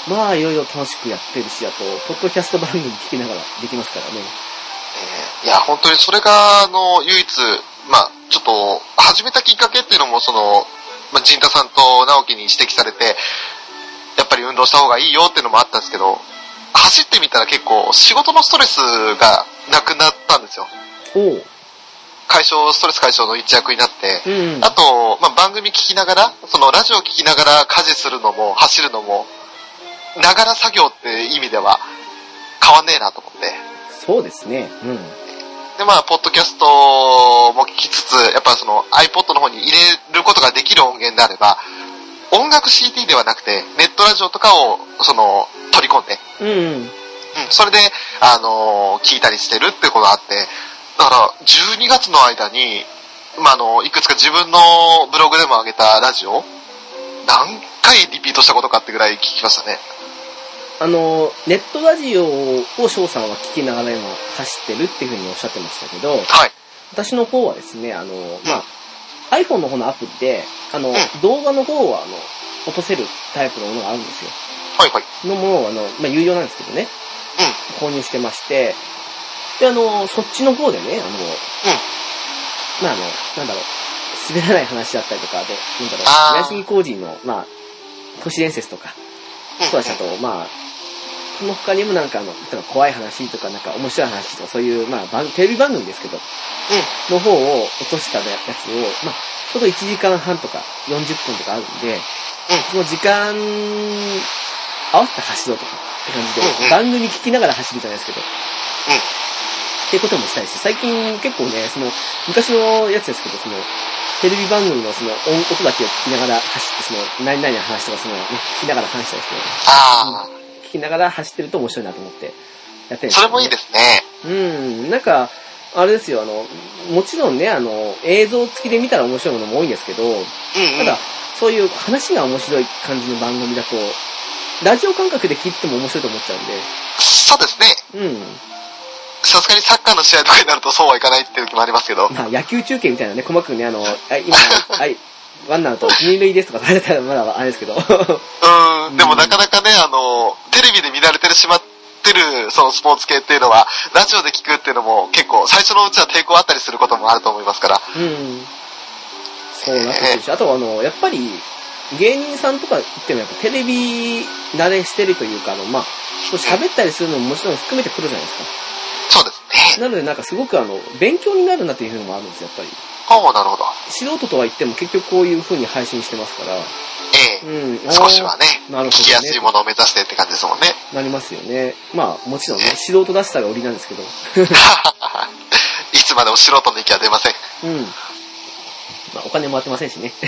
まあいろいろ楽しくやってるし、あと、ポッドキャスト番組聞きながらできますからね。 いや、本当にそれが、唯一、まあちょっと、始めたきっかけっていうのも、まあ、陣太さんと直樹に指摘されて、やっぱり運動した方がいいよっていうのもあったんですけど、走ってみたら結構、仕事のストレスがなくなったんですよ。ストレス解消の一役になって、あと、まあ、番組聞きながら、ラジオ聞きながら家事するのも、走るのも、ながら作業って意味では変わんねえなと思って。 そうですね。 で、まあ、ポッドキャストも聞きつつ、やっぱiPod の方に入れることができる音源であれば、音楽 CD ではなくて、ネットラジオとかを、取り込んで、それで、聞いたりしてるってことがあって、だから、12月の間に、まあ、いくつか自分のブログでも上げたラジオ、何回リピートしたことかってぐらい聞きましたね。 ネットラジオを翔さんは聞きながら今走ってるっていうふうにおっしゃってましたけど、私の方はですね、まあ、iPhone の方のアプリで、動画の方は、落とせるタイプのものがあるんですよ。のものを、まあ、有料なんですけどね、購入してまして、で、そっちの方でね、まあ、なんだろう、滑らない話だったりとか、なんだろう、宮杉浩二の、まあ、都市伝説とか、そうだと、まあ、その他にもなんか例えば怖い話とか、なんか面白い話とか、そういう、まあ、テレビ番組ですけど、の方を落としたやつを、まあ、ちょうど1時間半とか40分とかあるんで、その時間合わせて走ろうとかって感じで、番組聞きながら走るじゃないですけど、っていうこともしたいし、最近結構ね、昔のやつですけど、テレビ番組の音だけを聞きながら走って、何々の話とか聞きながら話したりして、聞きながら走ってると面白いなと思ってやってるんですよね。 それもいいですね。 なんか、あれですよ、もちろんね、映像付きで見たら面白いものも多いんですけど、ただ、そういう話が面白い感じの番組だと、ラジオ感覚で聞いてても面白いと思っちゃうんで。 そうですね。さすがにサッカーの試合とかになるとそうはいかないっていう時もありますけど。 まあ、野球中継みたいなね、細かくね、今、ワンアウト、二塁ですとかされたらまだあれですけど。 でもなかなかね、テレビで見られてしまってる、スポーツ系っていうのは、ラジオで聞くっていうのも結構、最初のうちは抵抗あったりすることもあると思いますから。 そうなってくるし、あとやっぱり、芸人さんとか言ってもやっぱテレビ慣れしてるというか、まあ、喋ったりするのももちろん含めてくるじゃないですか。 そうですね。 なのでなんかすごく勉強になるなっていうのもあるんですよ、やっぱり。 なるほど。 素人とは言っても結局こういう風に配信してますから。 少しはね、聞きやすいものを目指してって感じですもんね。 なりますよね。まあ、もちろんね、素人らしさが売りなんですけど。 いつまでも素人の息は出ません。 まあ、お金もらってませんしね。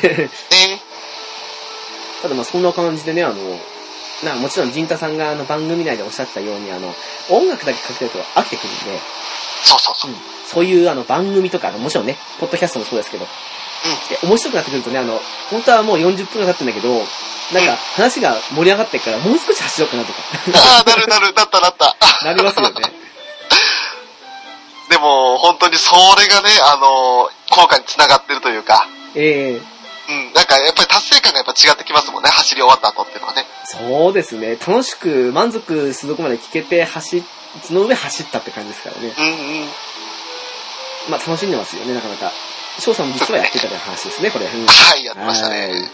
ただまあ、そんな感じでね、もちろん、陣太さんが番組内でおっしゃってたように、音楽だけかけてると飽きてくるんで、そういう番組とか、もちろんね、ポッドキャストもそうですけど、で面白くなってくるとね、本当はもう40分が経ってんだけど、なんか話が盛り上がってからもう少し走ろうかなとか。 なった。 なりますよね。 でも、本当にそれがね、効果につながってるというか。なんかやっぱり達成感がやっぱ違ってきますもんね、走り終わった後っていうのはね。 そうですね。楽しく満足するとこまで聞けてその上走ったって感じですからね。まあ楽しんでますよね、なかなか。翔さんも実はやってたって話ですね、これ。 はい、やってましたね。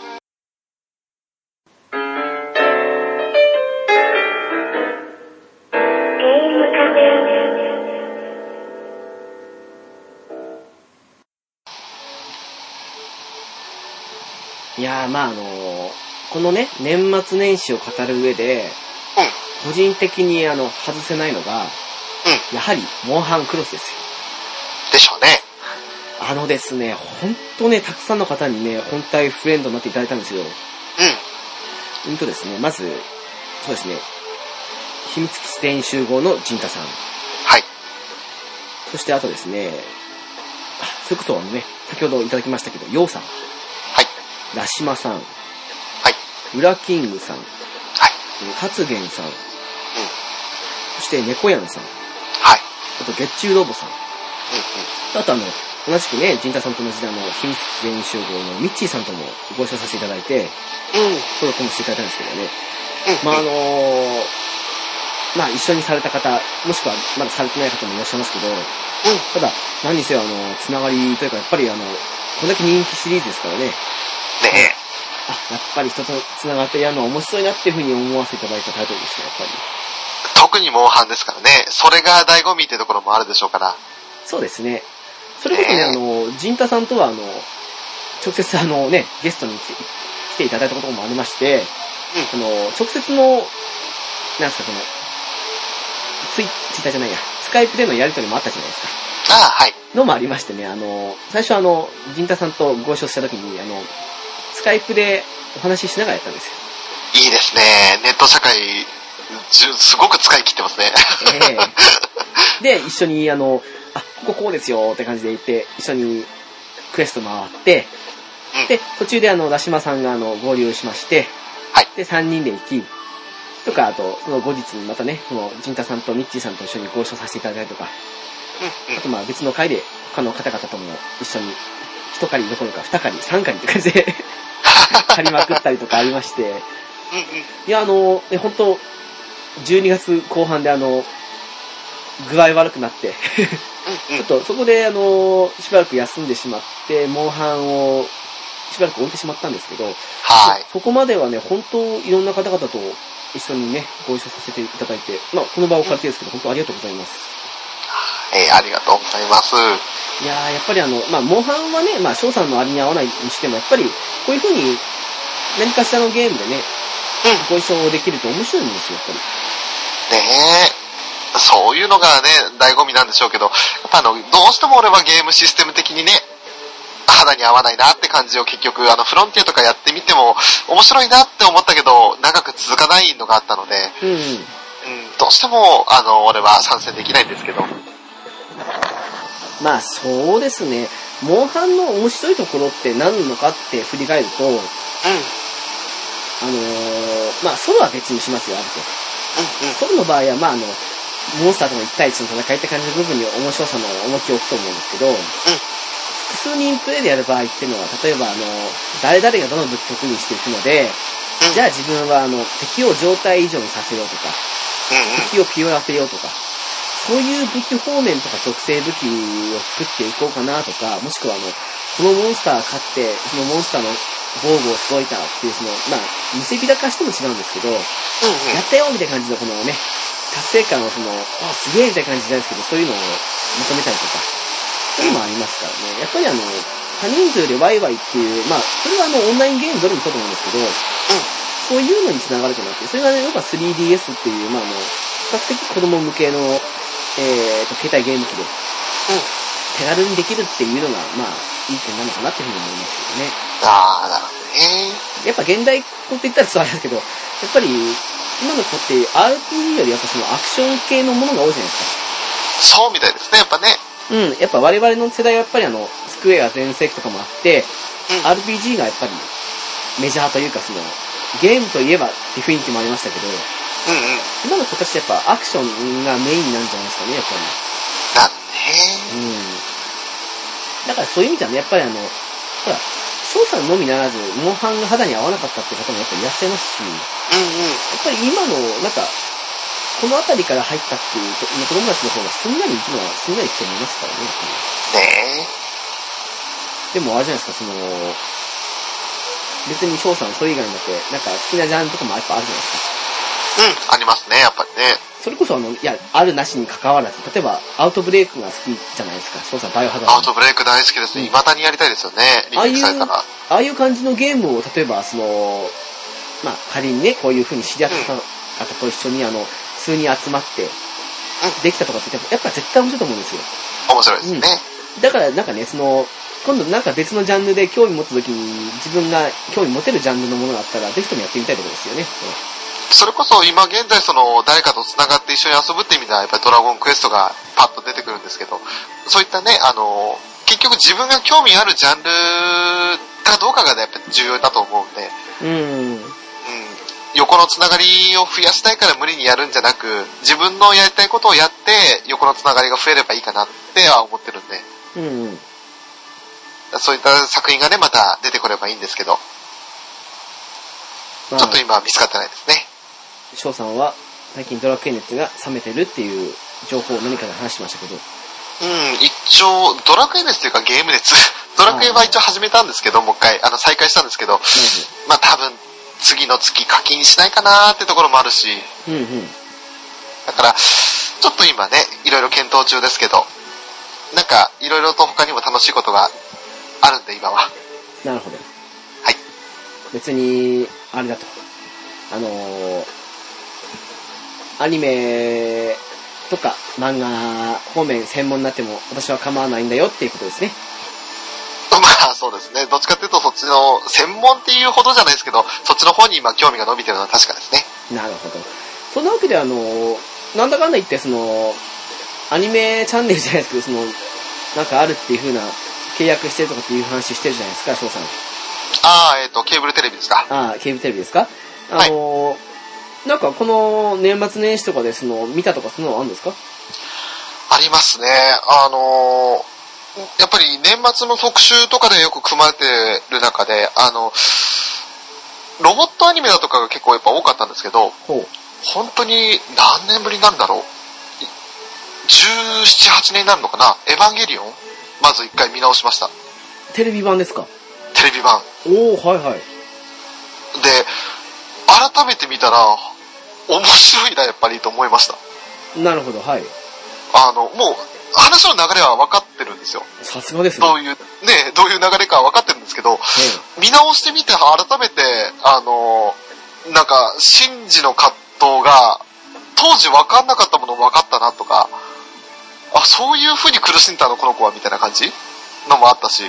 いやー、まあこのね、年末年始を語る上で、個人的に外せないのが、やはり、モンハンクロスですよ。 でしょうね。 ですね、ほんとね、たくさんの方にね、本体フレンドになっていただいたんですよ。ですね、まず、そうですね、秘密基地全員集合の陣太さん。 はい。 そしてあとですね、そういうことはね、先ほどいただきましたけど、ヨウさん。 はい。 ラシマさん。 はい。 ウラキングさん。 はい。 発言さん。そして、猫やんさん。 はい。 あと、月中ロボさん。あと同じくね、陣太さんと同じで秘密全員集合のミッチーさんともご一緒させていただいて、登録もしていただいたんですけどね。 まあ一緒にされた方、もしくはまだされてない方もいらっしゃいますけど、ただ、何にせよつながりというか、やっぱりこれだけ人気シリーズですからね。 ねやっぱり人とつながってやるのは面白いなっていうふうに思わせていただいたタイトルですね、やっぱり。 特にモンハンですからね。それが醍醐味ってところもあるでしょうから。 そうですね。それこそね、ジンタさんとは直接ゲストに来ていただいたこともありまして、直接の、なんすか、ツイッターじゃないや、スカイプでのやりとりもあったじゃないですか。 はい。 のもありましてね、最初ジンタさんとご一緒した時に、スカイプでお話ししながらやったんですよ。 いいですね。ネット社会、すごく使い切ってますね。 で、一緒にここうですよって感じで言って、一緒にクエスト回って、で、途中でラシマさんが合流しまして、で、3人で行き、とか、あと、その後日にまたね、ジンタさんとミッチーさんと一緒にご一緒させていただいたりとか、あと別の回で他の方々とも一緒に、一狩りどころか二狩り、三狩りって感じで狩りまくったりとかありまして、いや、本当12月後半で具合悪くなって、ちょっとそこでしばらく休んでしまって、モンハンをしばらく置いてしまったんですけど、そこまではね、本当いろんな方々と一緒にね、ご一緒させていただいて、この場を借りてですけど、本当ありがとうございます。 ありがとうございます。 いやー、やっぱりモンハンはね、翔さんのあれに合わないにしても、やっぱり、こういう風に、何かしらのゲームでね、ご一緒できると面白いんですよ、やっぱり。 そういうのがね、醍醐味なんでしょうけど、やっぱどうしても俺はゲームシステム的にね、肌に合わないなって感じを結局、フロンティアとかやってみても、面白いなって思ったけど、長く続かないのがあったので、どうしても、俺は参戦できないんですけど。 そうですね。モンハンの面白いところって何なのかって振り返ると、ソロは別にしますよ、あると。ソロの場合は、モンスターとの1対1の戦いって感じの部分に面白さの重きを置くと思うんですけど、複数人プレイでやる場合っていうのは、例えば誰々がどの武器得意にしていくので、じゃあ自分は敵を状態以上にさせようとか、敵をピオらせようとか、そういう武器方面とか属性武器を作っていこうかなとか、もしくはこのモンスター勝って、そのモンスターの防具をすごいたっていう見せびらかしても違うんですけど、やったよみたいな感じの達成感をすげえみたいな感じじゃないですけど、そういうのを求めたりとか、そういうのもありますからね。やっぱり多人数でワイワイっていう、それはオンラインゲームどれもそうと思うんですけど、そういうのに繋がるとなって、それがね、やっぱ 3DS っていう、比較的子供向けの、携帯ゲーム機で、手軽にできるっていうのが、いい点なのかなっていうふうに思いますけどね。 なるほどね。 やっぱ現代っ子って言ったらそうあれですけど、やっぱり、今の子って RPG よりやっぱアクション系のものが多いじゃないですか。 そうみたいですね、やっぱね。 やっぱ我々の世代はやっぱりスクエア全盛期とかもあって、RPG がやっぱりメジャーというかゲームといえばって雰囲気もありましたけど、今の子たちやっぱアクションがメインなんじゃないですかね、やっぱり。 だね。 だからそういう意味じゃね、やっぱりほら、翔さんのみならず、モンハンが肌に合わなかったって方もやっぱりいらっしゃいますし、やっぱり今の、この辺りから入ったっていう子供たちの方がすんなり行くのはすんなり行くと思いますからね。でもあれじゃないですか、別に翔さんそれ以外にだって、好きなジャンルとかもやっぱあるじゃないですか。 ありますね、やっぱりね。 それこそあるなしに関わらず、例えば、アウトブレイクが好きじゃないですか、翔さん、バイオハザード。 アウトブレイク大好きですね。未だにやりたいですよね、リメイクされたら。 ああいう感じのゲームを、例えば、仮にね、こういう風に知り合った方と一緒に、数人集まって、できたとかって、やっぱ絶対面白いと思うんですよ。 面白いですね。 だから、今度別のジャンルで興味持つときに、自分が興味持てるジャンルのものがあったら、ぜひともやってみたいところですよね。 それこそ今現在誰かと繋がって一緒に遊ぶって意味ではやっぱりドラゴンクエストがパッと出てくるんですけど、そういったね、結局自分が興味あるジャンルかどうかが、ね、やっぱり重要だと思うんで、横のつながりを増やしたいから無理にやるんじゃなく、自分のやりたいことをやって横のつながりが増えればいいかなっては思ってるんで、そういった作品がね、また出てこればいいんですけど、ちょっと今見つかってないですね。 翔さんは最近ドラクエ熱が冷めてるっていう情報を何かで話してましたけど。 一応、ドラクエ熱というかゲーム熱。ドラクエは一応始めたんですけど、もう一回、再開したんですけど、まあ多分、次の月課金しないかなーってところもあるし、だから、ちょっと今ね、いろいろ検討中ですけど、なんか、いろいろと他にも楽しいことがあるんで、今は。 なるほど。 はい。 別に、あれだと。アニメとか漫画方面専門になっても私は構わないんだよっていうことですね。 まあそうですね。どっちかっていうとそっちの専門っていうほどじゃないですけど、そっちの方に今興味が伸びてるのは確かですね。 なるほど。そんなわけでなんだかんだ言ってアニメチャンネルじゃないですけど、なんかあるっていう風な契約してるとかっていう話してるじゃないですか、翔さん。 ケーブルテレビですか。 ケーブルテレビですか。 はい。 なんかこの年末年始とかで見たとかそのあるんですか？ ありますね。やっぱり年末の特集とかでよく組まれてる中で、ロボットアニメだとかが結構やっぱ多かったんですけど、本当に何年ぶりになるんだろう。17、8年になるのかな。エヴァンゲリオンまず一回見直しました。 テレビ版ですか？ テレビ版。 はいはい。 で、改めて見たら、面白いな、やっぱりと思いました。 なるほど、はい。 もう、話の流れは分かってるんですよ。 さすがですね。 どういう流れかは分かってるんですけど、見直してみて改めて、なんか、シンジの葛藤が、当時分かんなかったものも分かったなとか、そういう風に苦しんだの、この子は、みたいな感じのもあったし。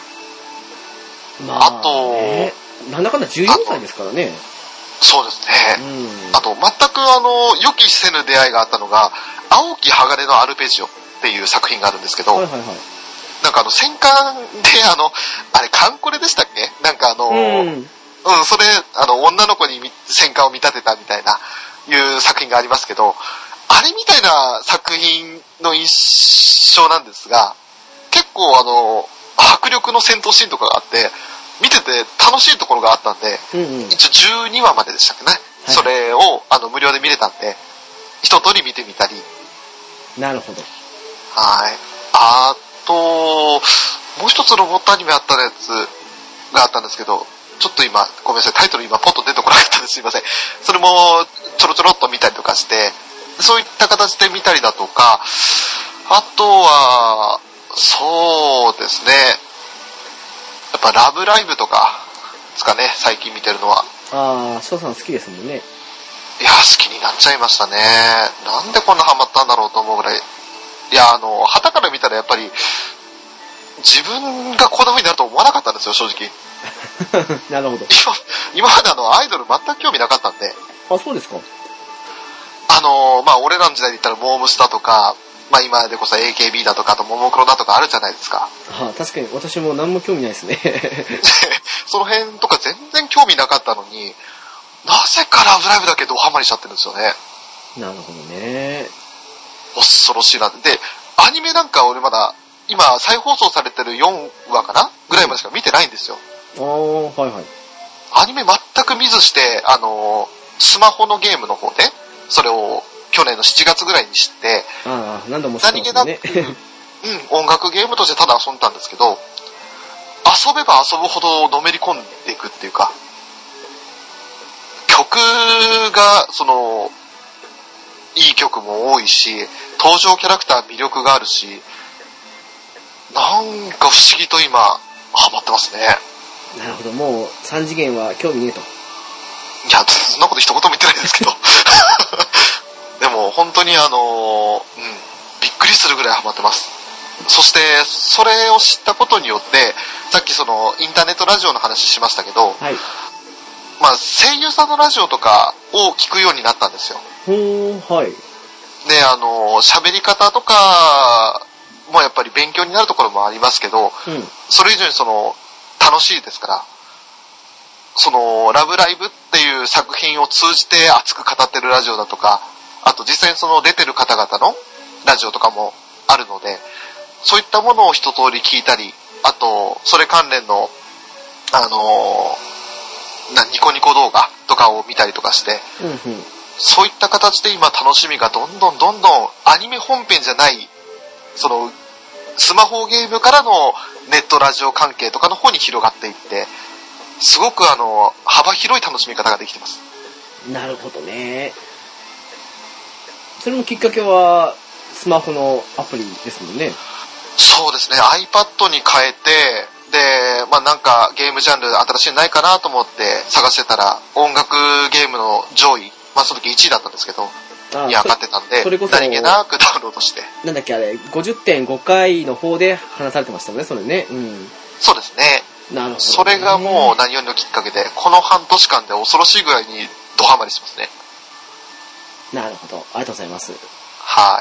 あと、 なんだかんだ14歳ですからね。 そうですね。あと、全く予期せぬ出会いがあったのが、青き鋼のアルペジオっていう作品があるんですけど、なんか戦艦であれ、カンコレでしたっけ？なんかそれ、女の子に戦艦を見立てたみたいな、いう作品がありますけど、あれみたいな作品の印象なんですが、結構迫力の戦闘シーンとかがあって、見てて楽しいところがあったんで、一応12話まででしたっけね。それを無料で見れたんで、一通り見てみたり。 なるほど。 はい。あと、もう一つロボットアニメあったやつがあったんですけど、ちょっと今、ごめんなさい、タイトル今ポッと出てこなかったです。すいません。それもちょろちょろっと見たりとかして、そういった形で見たりだとか、あとは、そうですね。やっぱラブライブとかですかね、最近見てるのは。 翔さん好きですもんね。 いや、好きになっちゃいましたね。なんでこんなハマったんだろうと思うぐらい。いや、旗から見たらやっぱり、自分がこんな風になると思わなかったんですよ、正直。 なるほど。 今までアイドル全く興味なかったんで。 そうですか。 まあ、俺らの時代で言ったらモームスだとか、まあ今でこそ AKB だとか、あとモモクロだとかあるじゃないですか。 確かに私も何も興味ないですね。 その辺とか全然興味なかったのに、なぜかラブライブだけドハマりしちゃってるんですよね。 なるほどね。 恐ろしいな。で、アニメなんか俺まだ、今再放送されてる4話かなぐらいまでしか見てないんですよ。 はいはい。 アニメ全く見ずして、スマホのゲームの方で、それを去年の7月ぐらいに知って、 何度も知ってますね。 音楽ゲームとしてただ遊んだんですけど、遊べば遊ぶほどのめり込んでいくっていうか、曲が、いい曲も多いし、登場キャラクター魅力があるし、なんか不思議と今、ハマってますね。 なるほど、もう3次元は興味ねえと。 いや、そんなこと一言も言ってないですけど。でも本当にびっくりするぐらいハマってます。そして、それを知ったことによって、さっきインターネットラジオの話しましたけど、 はい。 まあ、声優さんのラジオとかを聞くようになったんですよ。 はい。 で、喋り方とかもやっぱり勉強になるところもありますけど、それ以上に楽しいですから、ラブライブっていう作品を通じて熱く語ってるラジオだとか、あと実際に出てる方々のラジオとかもあるので、そういったものを一通り聞いたり、あと、それ関連の、ニコニコ動画とかを見たりとかして、 そういった形で今楽しみがどんどんアニメ本編じゃない、その、スマホゲームからのネットラジオ関係とかの方に広がっていって、すごく幅広い楽しみ方ができてます。 なるほどね。それもきっかけは、スマホのアプリですもんね。 そうですね、iPad に変えて、で、まあなんかゲームジャンル新しいのないかなと思って探してたら、音楽ゲームの上位、まあその時1位だったんですけど、に上がってたんで、何気なくダウンロードして。 なんだっけあれ、50.5 回の方で話されてましたもんね、それね。うん。 そうですね。 なるほど、ね。 それがもう何よりのきっかけで、この半年間で恐ろしいぐらいにドハマりしてますね。 なるほど。ありがとうございます。 はい。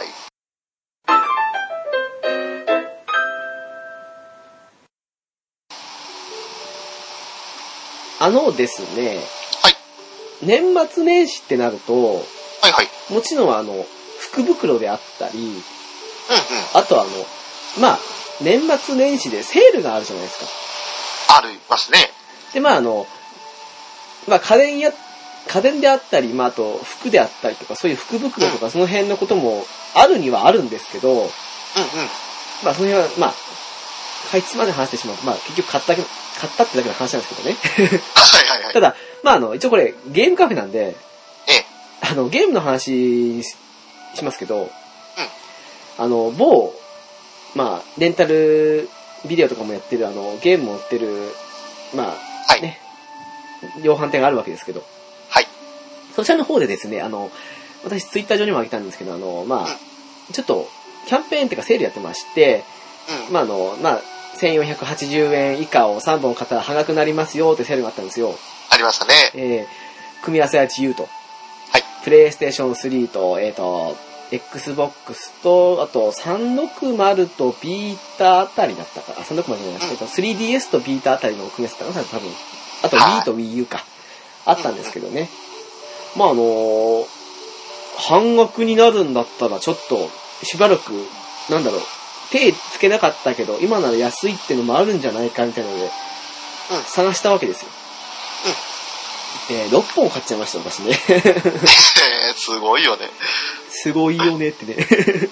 ですね。 はい。 年末年始ってなると、 はいはい。 もちろん福袋であったり、 うんうん。 あとまあ、年末年始でセールがあるじゃないですか。 ありますね。 で、まあまあ家電であったり、まああと服であったりとか、そういう福袋とかその辺のこともあるにはあるんですけど、 うんうん。 まあその辺は、まあ、かいつまで話してしまうと、まあ結局買ったってだけの話なんですけどね。 はいはいはい。 ただ、まあ一応これゲームカフェなんで、ゲームの話しますけど、某、まあ、レンタルビデオとかもやってる、ゲームも売ってる、まあ、 はい、 ね、量販店があるわけですけど、 はい。 そちらの方でですね、私ツイッター上にも上げたんですけど、まあ、ちょっと、キャンペーンっていうかセールやってまして、まあまあ、1480円以下を3本買ったら半額になりますよってセールがあったんですよ。 ありましたね。 組み合わせは自由と。 はい。 プレイステーション3と、Xbox と、あと、360とビータあたりだったか。360じゃないですけど、3DS とビータあたりの組み合わせだったかな、多分。あと、Wii と Wii U か。あったんですけどね。まあ、半額になるんだったら、ちょっと、しばらく、なんだろう、手つけなかったけど、今なら安いってのもあるんじゃないか、みたいなので、探したわけですよ。6本買っちゃいました、私ね。 すごいよね。 すごいよねってね。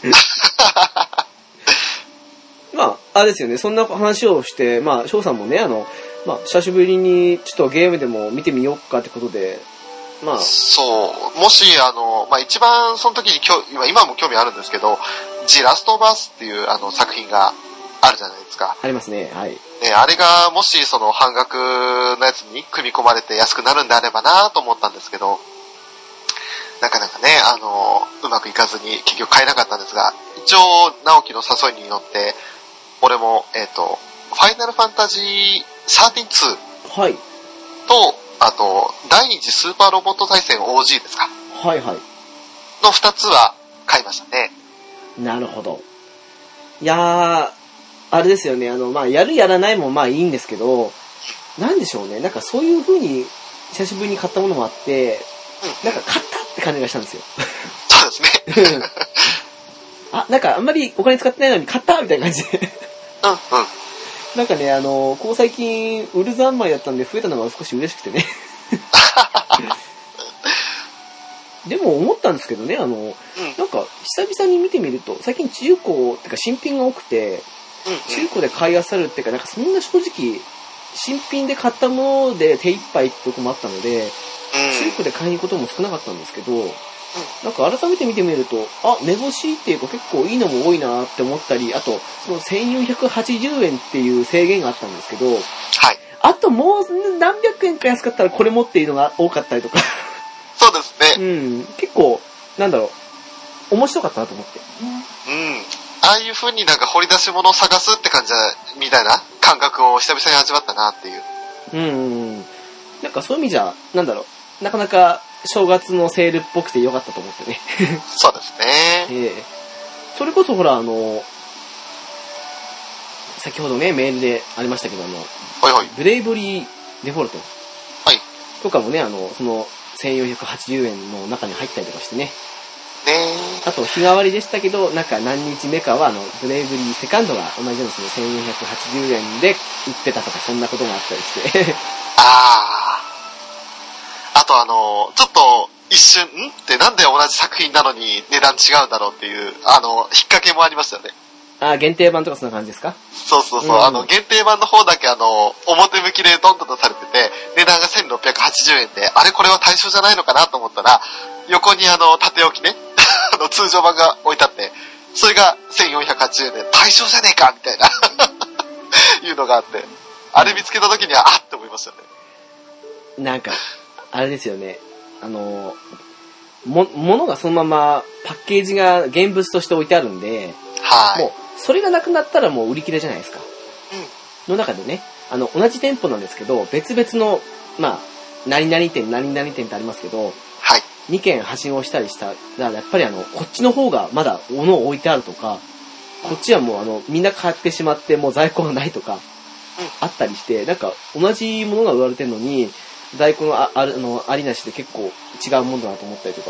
まあ、あれですよね、そんな話をして、まあ、翔さんもね、まあ、久しぶりにちょっとゲームでも見てみようかってことで、まあ。 そう。もし、まあ、一番その時に今も興味あるんですけど、ジラストバースっていう作品があるじゃないですか。 ありますね、はい。 ね、あれがもしその半額のやつに組み込まれて安くなるんであればなと思ったんですけど、なかなかね、うまくいかずに結局買えなかったんですが、一応、直樹の誘いに乗って、俺も、ファイナルファンタジー13-2。 はい。 と、あと、第二次スーパーロボット対戦 OG ですか。 はいはい。 の2つは買いましたね。 なるほど。いやー、あれですよね、まあ、やるやらないもまあいいんですけど、なんでしょうね、なんかそういう風に、久しぶりに買ったものもあって、なんか買ったって感じがしたんですよ。 そうですね。 あ、なんかあんまりお金使ってないのに買ったみたいな感じで。 うんうん。 なんかね、ここ最近、売る三昧だったんで増えたのが少し嬉しくてね。でも思ったんですけどね、なんか久々に見てみると、最近中古ってか新品が多くて、中古で買い漁るっていうか、なんかそんな正直、新品で買ったもので手一杯ってとこもあったので、中古で買いに行くことも少なかったんですけど、なんか改めて見てみると、あ、目星っていうか結構いいのも多いなって思ったり、あと、その1480円っていう制限があったんですけど、はい。あともう何百円か安かったらこれもっていうのが多かったりとか。 そうですね。 うん。結構、なんだろう、面白かったなと思って。 うん。ああいう風になんか掘り出し物を探すって感じみたいな感覚を久々に味わったなっていう。 なんかそういう意味じゃ、なんだろう、なかなか正月のセールっぽくてよかったと思ってね。 そうですね。 それこそほら、先ほどね、メールでありましたけど、 はいはい、 ブレイブリーデフォルト。 はい。 とかもね、その、1480円の中に入ったりとかしてね。あと、日替わりでしたけど、なんか何日目かは、ブレイブリーセカンドが同じようですね、1480円で売ってたとか、そんなことがあったりして。 あとちょっと、 一瞬、ってなんで同じ作品なのに値段違うんだろうっていう、引っ掛けもありましたよね。 限定版とかそんな感じですか？ そうそうそう、限定版の方だけ表向きでドンと出されてて、値段が1680円で、あれこれは対象じゃないのかなと思ったら、横に縦置きね、通常版が置いてあって、それが1480円で、対象じゃねえかみたいな、いうのがあって、あれ見つけた時には、あって思いましたね。 なんか、あれですよね。物がそのままパッケージが現物として置いてあるんで、 はい。 もう、それがなくなったらもう売り切れじゃないですか。の中でね、同じ店舗なんですけど、別々の、まあ、何々店、何々店ってありますけど、 はい。 2軒はしごをしたりしたら、やっぱりこっちの方がまだ物を置いてあるとか、こっちはもうみんな買ってしまってもう在庫がないとか、あったりして、なんか同じものが売られてるのに、在庫のありなしで結構違うもんだなと思ったりとか。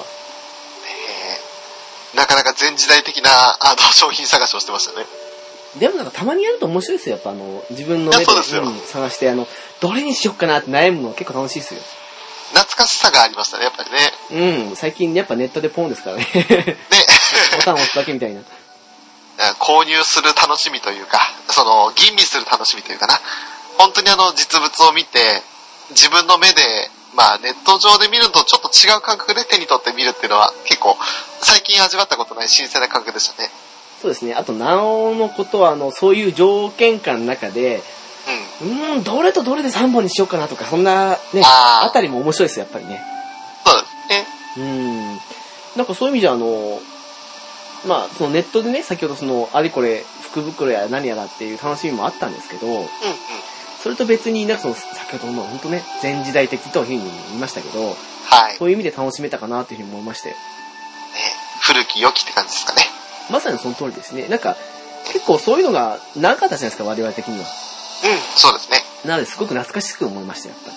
なかなか前時代的な、商品探しをしてましたね。 でもなんかたまにやると面白いですよ。やっぱ自分の目で探して、どれにしよっかなって悩むの結構楽しいですよ。 懐かしさがありましたね、やっぱりね。 最近やっぱネットでポンですからね。ね。ボタン押すだけみたいな。 購入する楽しみというか、吟味する楽しみというかな。本当に実物を見て、自分の目で、まあネット上で見るとちょっと違う感覚で手に取って見るっていうのは結構最近味わったことない新鮮な感覚でしたね。 そうですね。あと、なおのことは、そういう条件下の中で、どれとどれで3本にしようかなとか、そんなね、あたりも面白いですよ、やっぱりね。 そうですね。 なんかそういう意味じゃ、まあ、そのネットでね、先ほどあれこれ、福袋や何やらっていう楽しみもあったんですけど、それと別になんか先ほどの本当ね、前時代的というふうに言いましたけど、 はい。 そういう意味で楽しめたかなというふうに思いましたよ。 古き良きって感じですかね。 まさにその通りですね。なんか、結構そういうのがなかったじゃないですか、我々的には。 そうですね。 なので、すごく懐かしく思いました、やっぱり。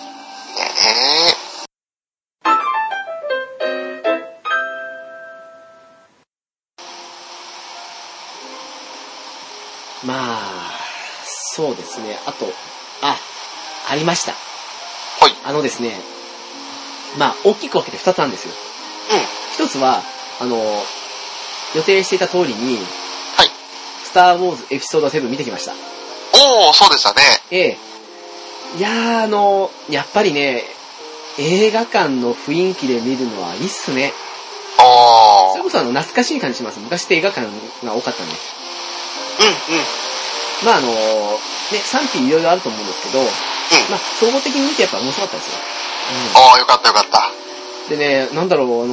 まあ、そうですね。あと、ありました。 はい。 ですね、まあ、大きく分けて2つあるんですよ。一つは、予定していた通りに、 はい。 スター・ウォーズエピソード7見てきました。 おー、そうでしたね。 いやー、やっぱりね、映画館の雰囲気で見るのはいいっすね。それこそ懐かしい感じします。昔って映画館が多かったんで。まあね、賛否いろいろあると思うんですけど、まあ、総合的に見てやっぱ面白かったですよ。 よかったよかった。 でね、なんだろう、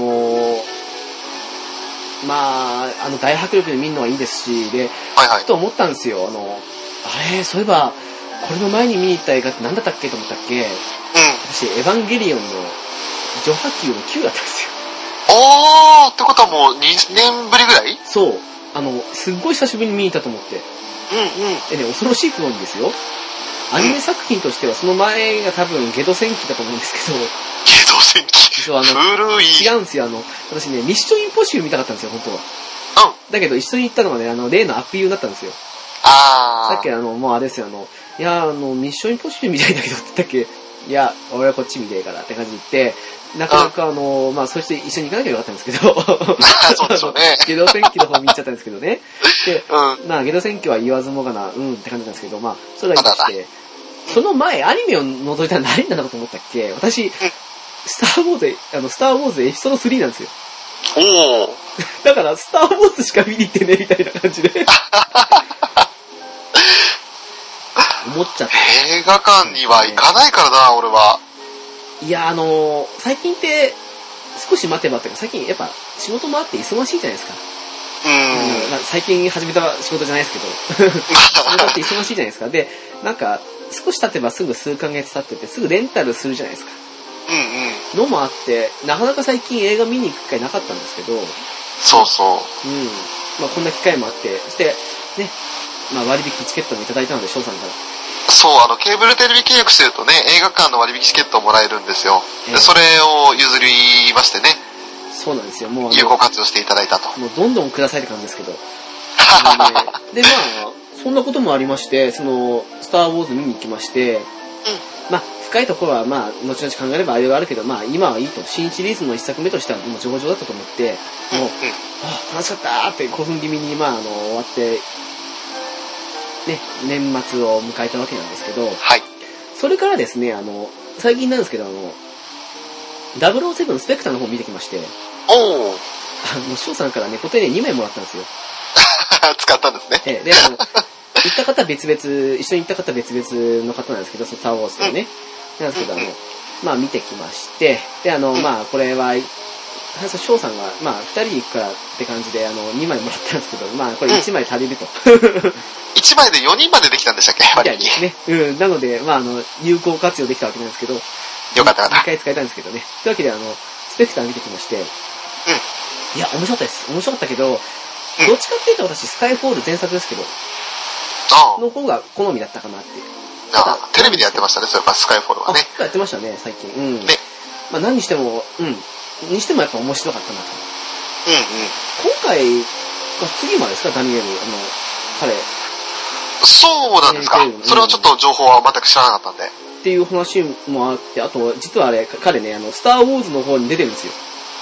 まあ、大迫力で見るのはいいですし、で、ふと思ったんですよ。そういえば、これの前に見に行った映画って何だったっけと思ったっけ？私、エヴァンゲリオンの序波球の9だったんですよ。 ってことはもう2年ぶりぐらい？ そう。すっごい久しぶりに見に行ったと思って。でね、恐ろしいことにですよ。アニメ作品としてはその前が多分ゲド戦記だと思うんですけど。 ゲド戦記？ そう、 古い。 違うんですよ。私ね、ミッションインポッシブル見たかったんですよ、本当は。だけど一緒に行ったのがね、例のアップユーになったんですよ。さっきもうあれですよ、いや、ミッションインポッシブルみたいだけどって言ったっけ？いや、俺はこっち見たいからって感じで言って、なかなかまあ、そして一緒に行かなきゃよかったんですけど。 そうでしょうね。 ゲド戦記の方見ちゃったんですけどね。で、まあ、ゲド戦記は言わずもがな、って感じなんですけど、まあ、それはいいとして、その前、アニメを覗いたら何なんだろうと思ったっけ？私、スター・ウォーズエピソード3なんですよ。だから、スター・ウォーズしか見に行ってね、みたいな感じで。思っちゃった。 映画館には行かないからな、俺は。 いや、最近って、少し待てばっていうか、最近やっぱ仕事もあって忙しいじゃないですか。最近始めた仕事じゃないですけど。仕事って忙しいじゃないですか。で、なんか、少し経てばすぐ数ヶ月経ってて、すぐレンタルするじゃないですか。のもあって、なかなか最近映画見に行く機会なかったんですけど。 そうそう。 まあこんな機会もあって、そして、ね、まあ割引チケットもいただいたので、翔さんから。 そう、ケーブルテレビ契約してるとね、映画館の割引チケットをもらえるんですよ。でそれを譲りましてね。 そうなんですよ。もう有効活用していただいたと。 もうどんどんくださいって感じですけど。で、まあ、そんなこともありまして、スター・ウォーズ見に行きまして、まあ、不深いところはまあ、後々考えればあれがあるけど、まあ今はいいと。新シリーズの一作目としてはもう上々だったと思って、もう、楽しかったーって興奮気味に、まあ終わって、ね、年末を迎えたわけなんですけど、 はい。 それからですね、最近なんですけど、007スペクターの方を見てきまして、 おー。 翔さんからね、固定で2枚もらったんですよ。 使ったんですね。 で、行った方別々、一緒に行った方別々の方なんですけど、スターウォーズとね。なんですけど、まあ見てきまして、で、まあこれは、翔さんが、まあ2人行くからって感じで、2枚もらったんですけど、まあこれ1枚足りると。 1枚で4人までできたんでしたっけ？ みたいですね。なので、まあ有効活用できたわけなんですけど、 よかったかな。 2回使えたんですけどね。というわけで、スペクター見てきまして、いや、面白かったです。面白かったけど、どっちかっていうと私、スカイフォール前作ですけど、の方が好みだったかなって。 テレビでやってましたね、そういえばスカイフォールはね。 やってましたね、最近。 ね。 まあ何にしても、にしてもやっぱ面白かったなと。今回が次までですか、ダニエル、彼。 そうなんですか。それはちょっと情報は全く知らなかったんで。 っていう話もあって、あと、実はあれ、彼ね、スターウォーズの方に出てるんですよ。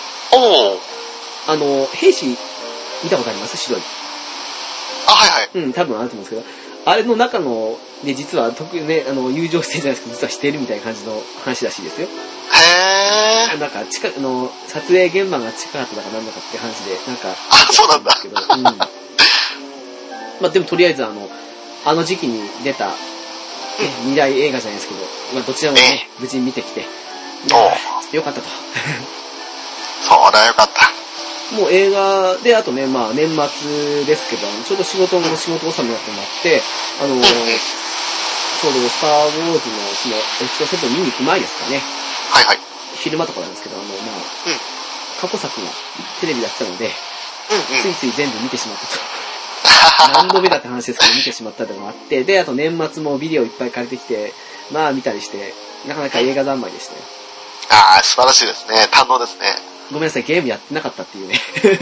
兵士、見たことあります？白い。 はいはい。 多分あると思うんですけど、あれの中の、で、実は特にね、友情してるじゃないですか、実はしてるみたいな感じの話らしいですよ。 へー。 なんか、撮影現場が近かったかなんだかって話で、なんか、 そうなんだ。 まあでもとりあえずあの時期に出た、2大映画じゃないですけど、まあどちらもね、無事に見てきて、よかったと。 そうだよかった。 もう映画で、あとね、まあ年末ですけど、ちょうど仕事納めになってもらって、ちょうどスターウォーズのそのエピソード7見に行く前ですかね。 はいはい。 昼間とかなんですけど、まあ、過去作がテレビでやってたので、ついつい全部見てしまったと。何度目だって話ですけど、見てしまったというのがあって、で、あと年末もビデオいっぱい借りてきて、まあ見たりして、なかなか映画三昧でしたよ。 素晴らしいですね。堪能ですね。 ごめんなさい、ゲームやってなかったっていうね。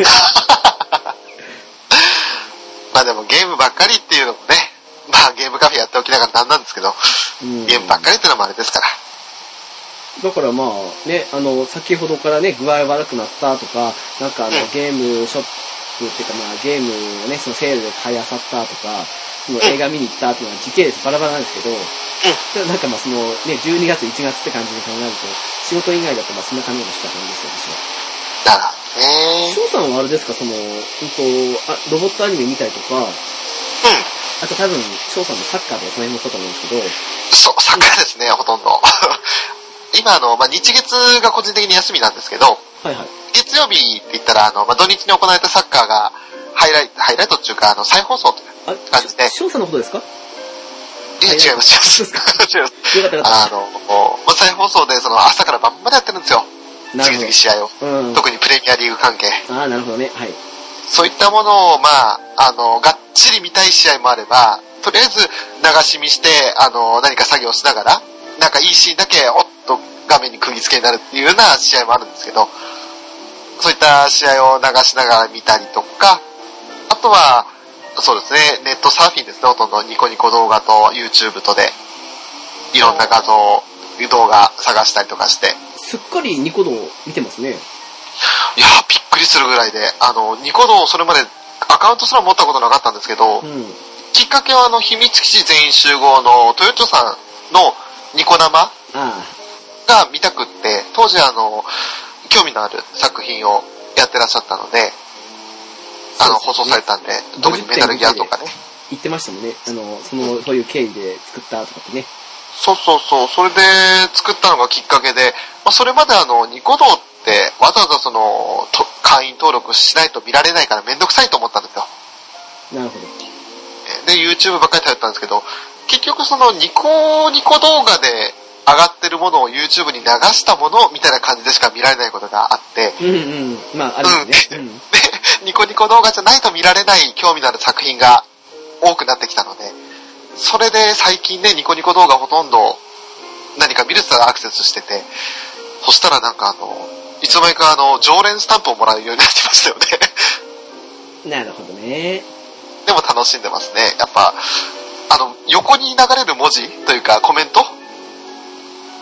まあでもゲームばっかりっていうのもね、まあゲームカフェやっておきながらなんなんですけど、ゲームばっかりっていうのもあれですから。 だからまあね、先ほどからね、具合悪くなったとか、なんかゲームショップっていうかまあゲームをね、そのセールで買い漁ったとか、その映画見に行ったっていうのは時系列バラバラなんですけど、なんかまあそのね、12月、1月って感じで考えると、仕事以外だとまあそんな感じのした感じですよ、私は。 だからね。 翔さんはあれですか、ロボットアニメ見たりとか、あと多分、翔さんのサッカーとかその辺もそうと思うんですけど。 そう、サッカーですね、ほとんど。今まあ、日月が個人的に休みなんですけど、 はいはい。 月曜日って言ったら、まあ、土日に行われたサッカーが、ハイライトっていうか、再放送という感じですね。 翔さんのことですか？ 違います。 よかったよかった。 再放送で、朝から晩までやってるんですよ。次々試合を。特にプレミアリーグ関係。 なるほどね。はい。 そういったものを、まあ、がっちり見たい試合もあれば、とりあえず流し見して、何か作業しながら、なんかいいシーンだけ、画面に釘付けになるっていうような試合もあるんですけど、そういった試合を流しながら見たりとか、あとは、そうですね、ネットサーフィンですね、ほとんどニコニコ動画と YouTube とで、いろんな動画探したりとかして。 すっかりニコ動見てますね。 いやー、びっくりするぐらいで、ニコ動それまでアカウントすら持ったことなかったんですけど、きっかけは秘密基地全員集合のトヨチョさんのニコ生が見たくって、当時興味のある作品をやってらっしゃったので、放送されたんで、特にメタルギアとかね。 言ってましたもんね。そういう経緯で作ったとかってね。 そう。それで作ったのがきっかけで、まあ、それまでニコ動ってわざわざ会員登録しないと見られないからめんどくさいと思ったんですよ。 なるほど。 で、YouTube ばっかり頼ったんですけど、結局ニコニコ動画で上がってるものを YouTube に流したものみたいな感じでしか見られないことがあって。 まあ、あるんですね。 で、ニコニコ動画じゃないと見られない興味のある作品が多くなってきたので、それで最近ね、ニコニコ動画ほとんど何か見れたらアクセスしてて、そしたらなんかいつの間にか常連スタンプをもらうようになってましたよね。 なるほどね。 でも楽しんでますね。やっぱ、横に流れる文字というかコメント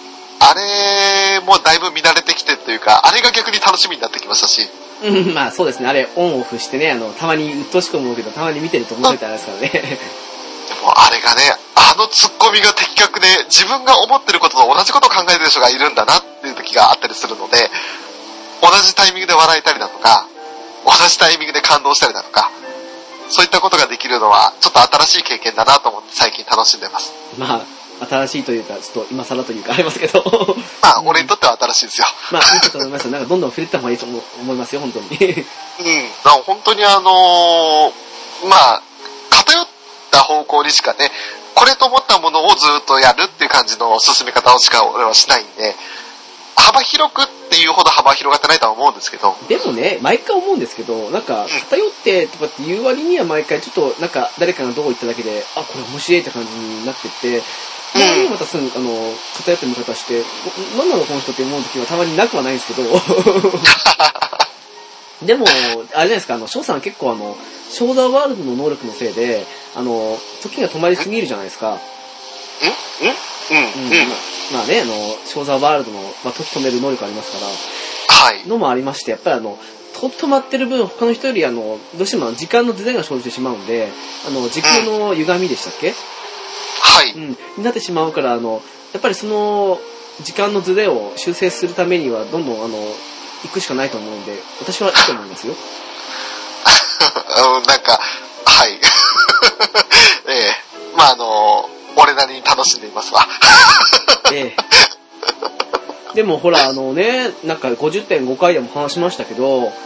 あれもだいぶ見慣れてきてというか、あれが逆に楽しみになってきましたし。 うん、まあそうですね。あれ、オンオフしてね、たまに鬱陶しく思うけど、たまに見てると面白いってあれですからね。 でもあれがね、あのツッコミが的確で、自分が思ってることと同じことを考えてる人がいるんだなっていう時があったりするので、同じタイミングで笑えたりだとか、同じタイミングで感動したりだとか、そういったことができるのは、ちょっと新しい経験だなと思って最近楽しんでます。 まあ、新しいというか、ちょっと今更というかありますけど。 まあ、俺にとっては新しいですよ。 まあ、いいこと思いますよ。なんかどんどん触れてった方がいいと思いますよ、本当に。 うん。本当にまあ、偏った方向にしかね、これと思ったものをずっとやるっていう感じの進め方をしか俺はしないんで、幅広くっていうほど幅広がってないとは思うんですけど。 でもね、毎回思うんですけど、なんか、偏ってとかって言う割には毎回ちょっと、なんか、誰かがどう言っただけで、あ、これ面白いって感じになってって、またすぐ、偏った見方して、なんなのこの人って思う時はたまになくはないんですけど、でも、あれじゃないですか、翔さん結構ショーザーワールドの能力のせいで、時が止まりすぎるじゃないですか。まあね、ショーザーワールドの、まあ、時止める能力ありますから、 はい。 のもありまして、やっぱり止まってる分、他の人よりどうしても時間のズレが生じてしまうんで、時空の歪みでしたっけ？ はい。 になってしまうから、やっぱりその、時間のズレを修正するためには、どんどん行くしかないと思うんで、私はいいと思いますよ。 なんか、はい。まあ俺なりに楽しんでいますわ。 でもほらね、なんか 50.5 回でも話しましたけど、はい、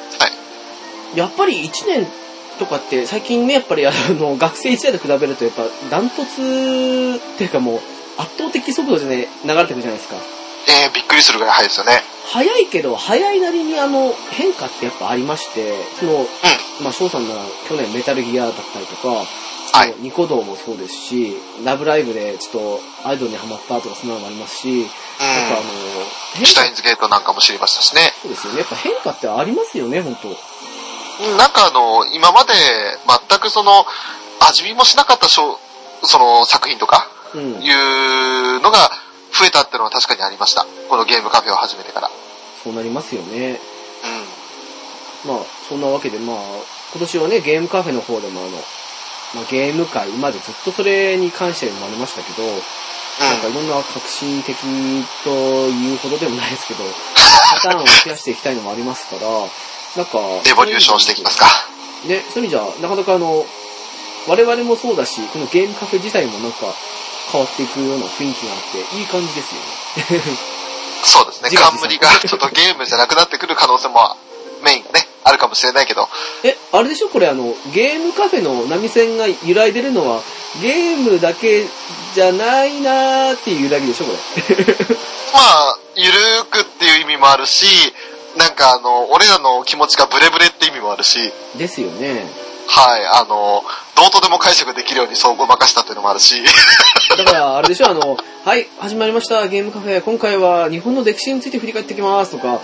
やっぱり1年とかって最近ね、やっぱり学生時代と比べるとやっぱダントツっていうかもう圧倒的速度でね、流れていくじゃないですか。 びっくりするぐらい速いですよね。 速いけど、速いなりに変化ってやっぱありまして、まあ翔さんなら去年メタルギアだったりとか、はい、ニコ動もそうですし、ラブライブでちょっとアイドルにハマったとかそんなのもありますし、なんかシュタインズゲートなんかも知りましたしね。 そうですよね。やっぱ変化ってありますよね、本当。 なんか今まで全く味見もしなかったその作品とか、いうのが増えたっていうのは確かにありました。このゲームカフェを始めてから。 そうなりますよね。まあ、そんなわけで、まあ、今年はね、ゲームカフェの方でもまあ、ゲーム界、今までずっとそれに関してもありましたけど、なんかいろんな革新的というほどでもないですけど、パターンを増やしていきたいのもありますから、なんか、 レボリューションしていきますか。 ね、そういう意味じゃ、なかなか我々もそうだし、このゲームカフェ自体もなんか変わっていくような雰囲気があって、いい感じですよね。 そうですね、冠がちょっとゲームじゃなくなってくる可能性も、メインがね、あるかもしれないけど。 あれでしょこれゲームカフェの波線が揺らいでるのは、ゲームだけじゃないなーっていう揺らぎでしょこれ。 まあ、ゆるーくっていう意味もあるし、なんか俺らの気持ちがブレブレって意味もあるし。 ですよね。 はい、どうとでも解釈できるようにそうごまかしたっていうのもあるし。 だから、あれでしょはい、始まりました、ゲームカフェ。今回は日本の歴史について振り返っていきますとか、はい、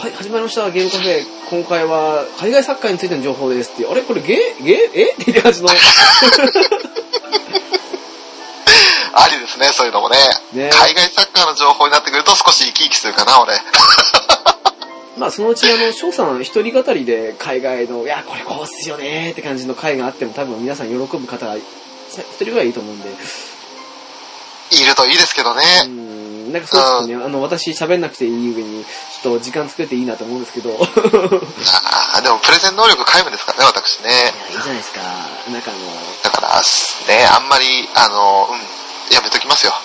始まりました、ゲームカフェ。今回は海外サッカーについての情報ですって。あれこれって言った感じの。 ありですね、そういうのもね。海外サッカーの情報になってくると少し生き生きするかな、俺。 まあそのうち翔さん一人語りで海外の、いや、これこうっすよねーって感じの回があっても多分皆さん喜ぶ方が一人ぐらいいいと思うんで。 いるといいですけどね。 なんかそうですね、私喋んなくていい上に、ちょっと時間作っていいなと思うんですけど。でもプレゼン能力皆無ですからね、私ね。 いや、いいじゃないですか。なんかだからね、あんまり、やめときますよ。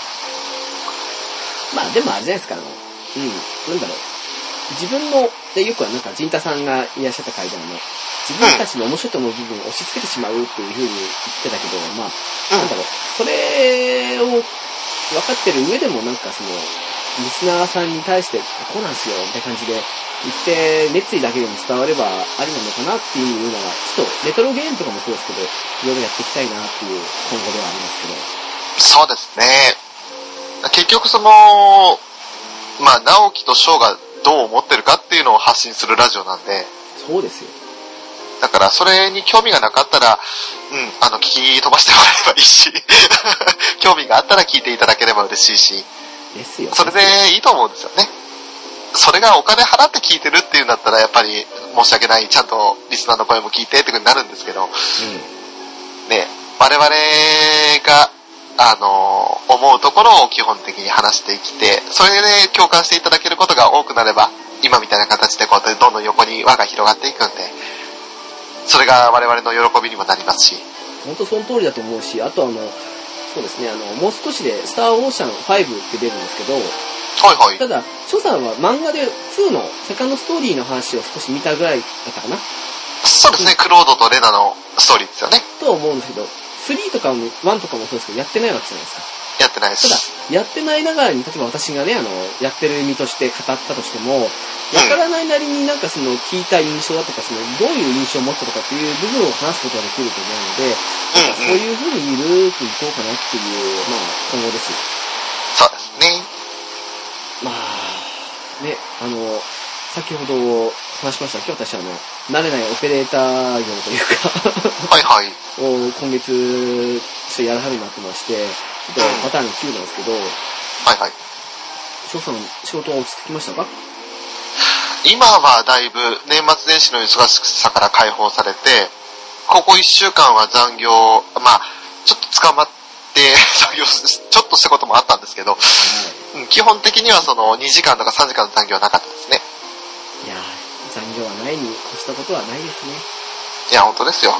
まあでもあれじゃないですか、なんだろう。自分の、で、よくはなんか、陣太さんがいらっしゃった回でも自分たちの面白いと思う部分を押し付けてしまうっていう風に言ってたけど、まあ、なんだろう、それを分かってる上でもなんかリスナーさんに対して、こうなんすよ、みたいな感じで言って、熱意だけでも伝わればありなのかなっていうのが、ちょっとレトロゲームとかもそうですけど、いろいろやっていきたいなっていう今後ではありますけど。 そうですね。結局まあ、直樹と翔がどう思ってるかっていうのを発信するラジオなんで。 そうですよ。 だから、それに興味がなかったら、聞き飛ばしてもらえばいいし、興味があったら聞いていただければ嬉しいし。 ですよ。 それでいいと思うんですよね。それがお金払って聞いてるっていうんだったら、やっぱり申し訳ない、ちゃんとリスナーの声も聞いてってことになるんですけど、ね、我々が、思うところを基本的に話してきて、それで共感していただけることが多くなれば、今みたいな形でこうやってどんどん横に輪が広がっていくんで、それが我々の喜びにもなりますし。 本当その通りだと思うし、あとそうですね、もう少しでスターオーシャン5って出るんですけど、 はいはい。 ただ、翔さんは漫画で2のセカンドストーリーの話を少し見たぐらいだったかな。 そうですね、クロードとレナのストーリーですよね。 と思うんですけど、3とかも1とかもそうですけど、やってないわけじゃないですか。 やってないです。 ただ、やってないながらに、例えば私がね、やってる身として語ったとしても、わからないなりになんかその聞いた印象だとか、どういう印象を持ったとかっていう部分を話すことができると思うので、そういう風にゆるーくいこうかなっていう、まあ、今後です。 そうですね。 まあ、ね、先ほど話しましたけど、私慣れないオペレーター業というかはいはい。 を今月、ちょっとやるはめになってまして、ちょっとパターンが9なんですけど、 はいはい。 翔さん、仕事は落ち着きましたか？ 今はだいぶ年末年始の忙しさから解放されて、ここ1週間は残業、まあ、ちょっと捕まって、残業ちょっとしたこともあったんですけど、基本的にはその2時間とか3時間の残業はなかったですね。 いやー、残業はないに越したことはないですね。 いや、本当ですよ。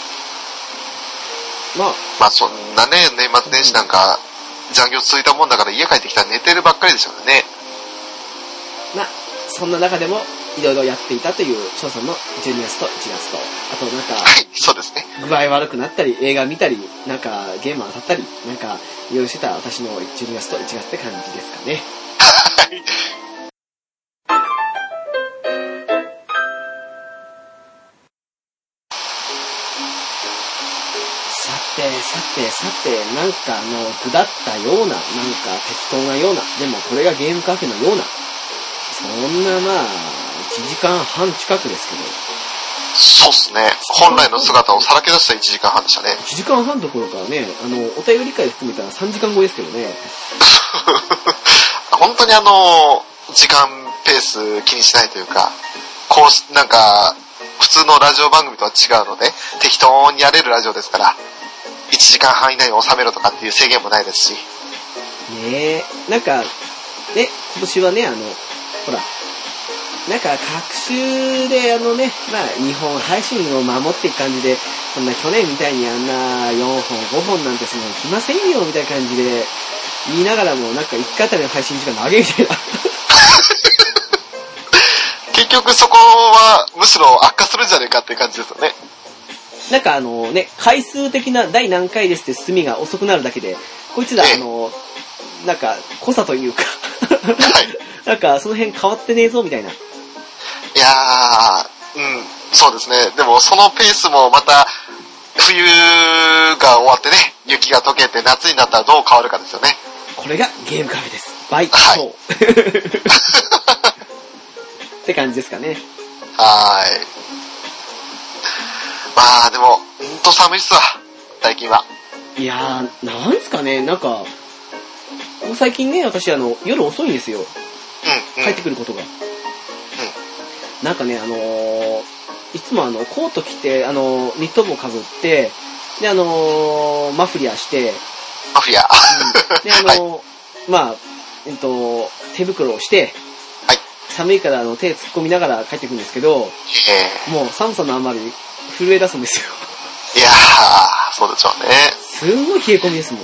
まあそんなね、年末年始なんか残業続いたもんだから家帰ってきたら寝てるばっかりですよね。 まあ、そんな中でもいろいろやっていたという翔さんの12月と1月と、あとなんか、 はい、そうですね。 具合悪くなったり、映画見たり、なんかゲーム当たったり、なんかいろいろしてた私の12月と1月って感じですかね。 はい。 さて、なんかぐだったような、なんか適当なような、でもこれがゲームカフェのような、そんなまあ、1時間半近くですけど。 そうっすね。本来の姿をさらけ出した1時間半でしたね。 1時間半どころかね、お便り会含めたら3時間後ですけどね。 本当に時間ペース気にしないというか、なんか、普通のラジオ番組とは違うので、適当にやれるラジオですから、1時間半以内に収めろとかっていう制限もないですし。 ねえ、なんか、ね、今年はね、ほら、なんか、各週でまあ、日本配信を守っていく感じで、そんな去年みたいにあんな4本、5本なんてその、来ませんよ、みたいな感じで、言いながらも、なんか1回あたりの配信時間長いみたいな。 結局そこは、むしろ悪化するんじゃねえかっていう感じですよね。 なんか回数的な第何回ですって進みが遅くなるだけで、こいつらなんか、濃さというか、はい、なんかその辺変わってねえぞみたいな。 いやー、そうですね。でもそのペースもまた、冬が終わってね、雪が溶けて夏になったらどう変わるかですよね。 これがゲームカフェです。バイト。 はい。 って感じですかね。 はーい。まあでも、ほんと寒いっすわ、最近は。 いやー、なんすかね、なんか、最近ね、私夜遅いんですよ。帰ってくることが。なんかね、いつもコート着て、ニット帽かぶって、で、マフリアして、 マフリア。 で、まあ、手袋をして、 はい。 寒いから手突っ込みながら帰ってくるんですけど、もう寒さのあまり震え出すんですよ。 いやー、そうでしょうね。 すんごい冷え込みですもん。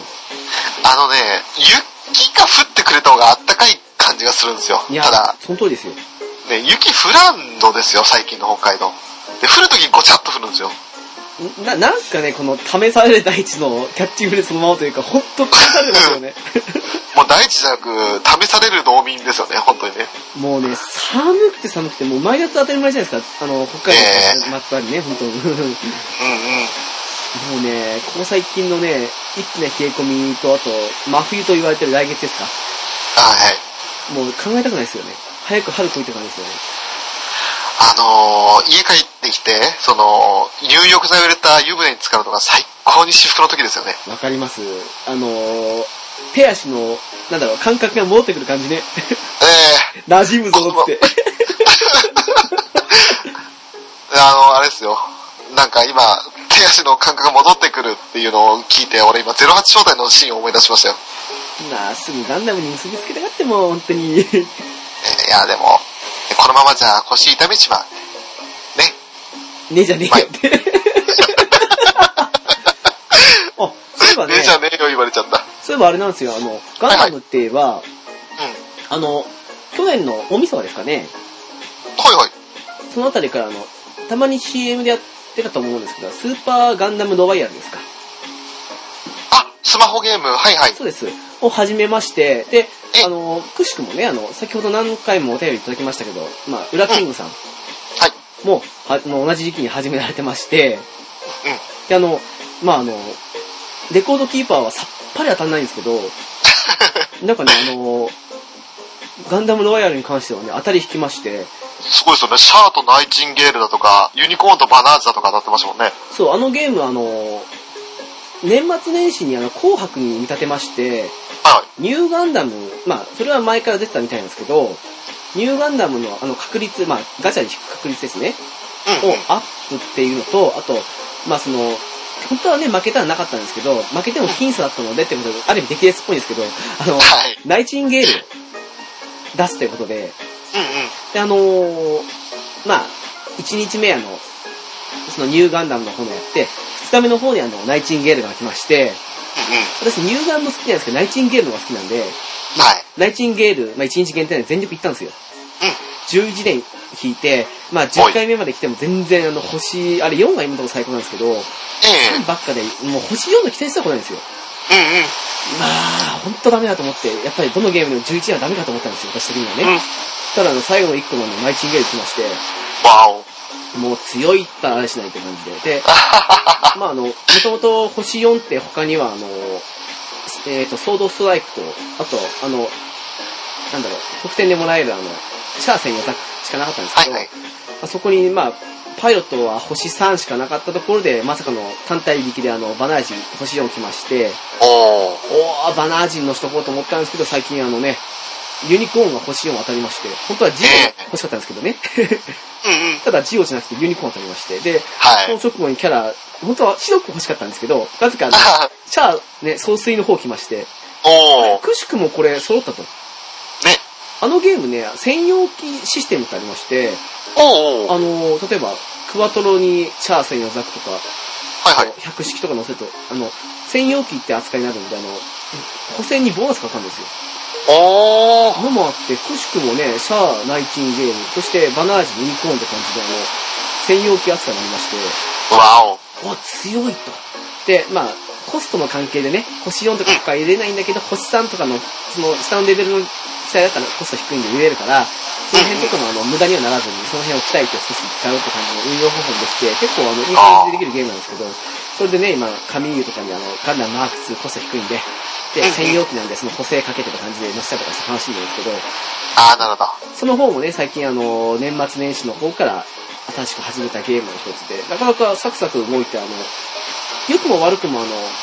雪が降ってくれた方があったかい感じがするんですよ。 いや、 ただ、 その通りですよ。 ね、雪降らんのですよ、最近の北海道。で、降るときにごちゃっと降るんですよ。 なんすかね、この試される大地のキャッチフレーズそのままというか、ほんと試されてますよね。 もう大地じゃなく、試される道民ですよね、本当にね。 もうね、寒くて、もう毎夏当たり前じゃないですか。北海道まったりね、本当に。もうね、この最近のね、一気な冷え込みと、あと、真冬と言われてる来月ですか。 はい。 もう考えたくないですよね。早く春来いって感じですよね。 家帰ってきて、入浴剤を入れた湯船に浸かるのが最高に至福の時ですよね。 わかります。 手足の、なんだろう、感覚が戻ってくる感じね。馴染むぞって。 あれですよ。なんか今、手足の感覚が戻ってくるっていうのを聞いて、俺今、08招待のシーンを思い出しましたよ。 すぐガンダムに結びつけたかっても、本当に。 いや、でも、このままじゃ腰痛めちまう。ね。 ねじゃねえよって。あ、そういえばね。 ねじゃねえよ言われちゃった。 そういえばあれなんですよ、ガンダムって言えば、去年のおみそですかね。 はいはい。 そのあたりからたまに CM でやってたと思うんですけど、スーパーガンダムロワイヤルですか。 あ、スマホゲーム、はいはい。 そうです。を始めまして、で、くしくもね、先ほど何回もお便りいただきましたけど、まあ、ウラキングさん。 はい。 もう同じ時期に始められてまして、で、まあ、レコードキーパーはさっぱり当たんないんですけど、なんかね、ガンダムロワイヤルに関してはね、当たり引きまして。 すごいですよね。シャアとナイチンゲールだとか、ユニコーンとバナーズだとか当たってましたもんね。 そう、ゲーム年末年始に紅白に見立てまして、 はい。 ニューガンダム、まあ、それは前から出てたみたいなんですけど、ニューガンダムの確率、まあ、ガチャに引く確率ですね。をアップっていうのと、あと、まあ本当はね、負けたらなかったんですけど、負けても僅差だったのでってことで、ある意味出来レースっぽいんですけど、ナイチンゲールを出すということで、で、まあ、1日目そのニューガンダムの方のやって、2日目の方にナイチンゲールが来まして、私ニューガンも好きなんですけど、ナイチンゲールのが好きなんで、ナイチンゲール、まあ1日限定で全力行ったんですよ。11年引いて、まあ10回目まで来ても全然星、あれ4が今のところ最高なんですけど、3ばっかで、もう星4の期待したことないんですよ。まあ、ほんとダメだと思って、やっぱりどのゲームでも11はダメだと思ったんですよ、私的にはね。ただ最後の1個のナイチンゲール来まして、もう強いったらあれしないって感じで。で、まあもともと星4って他にはソードストライクと、あと、なんだろう、得点でもらえるシャア専用ザックしかなかったんですけど、そこにまあ、パイロットは星3しかなかったところで、まさかの単体引きでバナージン星4来まして、バナージンのしとこうと思ったんですけど、最近ユニコーンが星4当たりまして、本当はジオ欲しかったんですけどね。ただジオじゃなくてユニコーン当たりまして、で、その直後にキャラ、本当は白く欲しかったんですけど、なぜかシャアね、総帥の方来まして、くしくもこれ揃ったと。ゲームね、専用機システムってありまして、例えば、クワトロにシャア専用ザクとか、100式とか乗せると、専用機って扱いになるんで、補正にボーナスかかるんですよ。のもあって、くしくもね、シャア、ナイチンゲール、そしてバナージ、ユニコーンって感じで、専用機扱いになりまして、強いと。で、まあ、コストの関係でね、星4とか入れないんだけど、星3とかの、その下のレベルの機体だったらコスト低いんで入れるから、その辺とかも無駄にはならずに、その辺を鍛えて少し使うって感じの運用方法にできて、結構いい感じでできるゲームなんですけど、それでね、今、カミーユとかにガンダムマーク2コスト低いんで、で、専用機なんでその補正かけてた感じで乗せたりとかして楽しいんですけど、 なるほど。 その方もね、最近年末年始の方から新しく始めたゲームの一つで、なかなかサクサク動いて、良くも悪くも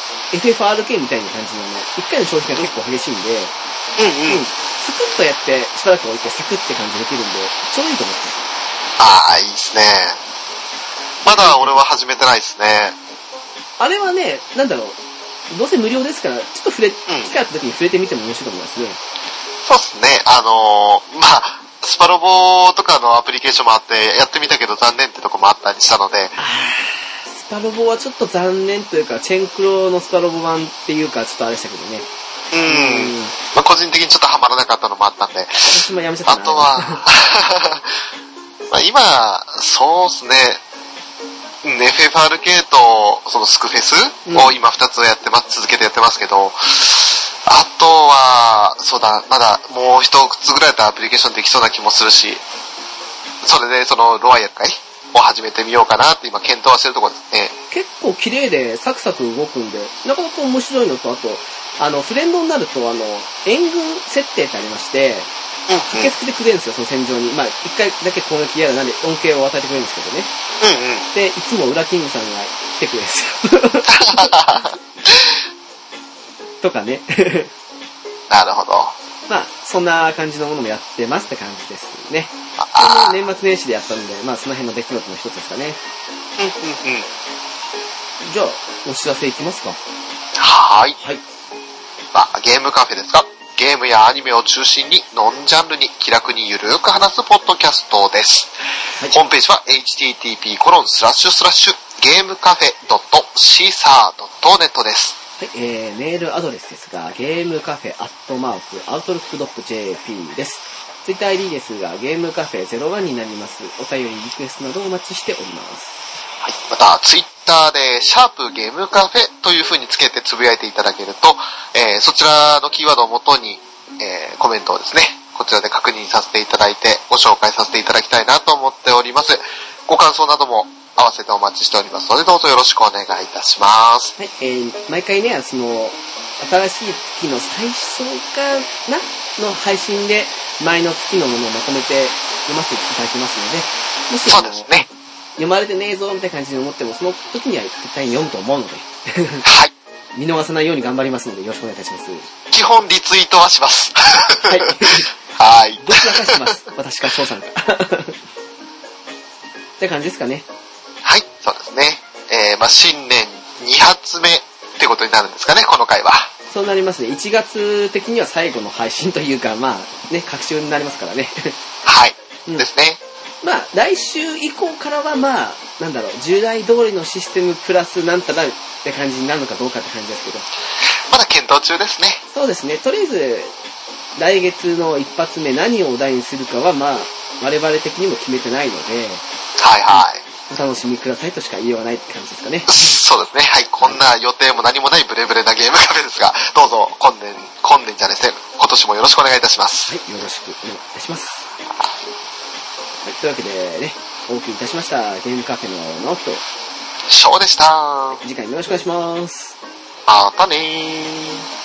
FFRK みたいな感じの一回の消費が結構激しいんで、サクッとやって、しばらく置いてサクッって感じできるんで、ちょうどいいと思って。 いいっすね。まだ俺は始めてないっすね。 あれはね、なんだろう、どうせ無料ですから、ちょっと機会あった時に触れてみても面白いと思いますね。 そうっすね。まあ、スパロボとかのアプリケーションもあって、やってみたけど残念ってとこもあったりしたので。 スパロボはちょっと残念というか、チェンクロのスパロボ版っていうか、ちょっとあれでしたけどね。 まあ、個人的にちょっとハマらなかったのもあったんで。 私もやめちゃったな。 あとは、まあ今、そうっすね。FFRK と、そのスクフェスを今2つ続けてやってますけど、あとは、そうだ、まだもう一つぐらいだったらアプリケーションできそうな気もするし、それでそのロワイヤル会を始めてみようかなって今検討はしてるところですね。 結構綺麗でサクサク動くんで、なかなか面白いのと、あと、フレンドになると、援軍設定ってありまして、駆けつけてくれるんですよ、その戦場に。まあ、一回だけ攻撃やるなんで恩恵を与えてくれるんですけどね。で、いつもウラキングさんが来てくれるんですよ。とかね。 なるほど。 まあ、そんな感じのものもやってますって感じですね。年末年始でやったので、まあ、その辺の出来事の一つですかね。じゃあ、お知らせいきますか。 はい。 はい。 まあ、ゲームカフェですが、ゲームやアニメを中心にノンジャンルに気楽にゆるーく話すポッドキャストです。はい、ホームページは http://gamecafe.caesar.net です。 はい、メールアドレスですが、gamecafe@outlook.jp です。ツイッター ID ですが、ゲームカフェ01になります。お便りリクエストなどお待ちしております。 はい、また、ツイッターで、シャープゲームカフェという風につけてつぶやいていただけると、そちらのキーワードをもとに、コメントをですね、こちらで確認させていただいて、ご紹介させていただきたいなと思っております。ご感想なども合わせてお待ちしておりますので、どうぞよろしくお願いいたします。 はい、毎回ね、新しい月の最初かなの配信で、前の月のものをまとめて読ませていただきますので、もしそうですね。 読まれてねえぞみたいな感じに思っても、その時には絶対に読むと思うので、 はい。 見逃さないように頑張りますので、よろしくお願いいたします。 基本リツイートはします。 はい。 はい。 どちらかします。私か翔さんか。って感じですかね。 はい、そうですね。まあ、新年2発目ってことになるんですかね、この回は。 そうなりますね。1月的には最後の配信というか、まあ、ね、隔週になりますからね。 はい。ですね。 まあ、来週以降からはまあ、なんだろう、従来通りのシステムプラスなんたらって感じになるのかどうかって感じですけど。 まだ検討中ですね。 そうですね。とりあえず、来月の一発目何をお題にするかはまあ、我々的にも決めてないので、 はいはい。 お楽しみくださいとしか言いようがないって感じですかね。 そうですね。はい。こんな予定も何もないブレブレなゲームカフェですが、どうぞ今年じゃですね、今年もよろしくお願いいたします。 はい。よろしくお願いいたします。はい。というわけでね、お送りいたしましたゲームカフェの直樹と翔でした。 次回もよろしくお願いします。 またねー。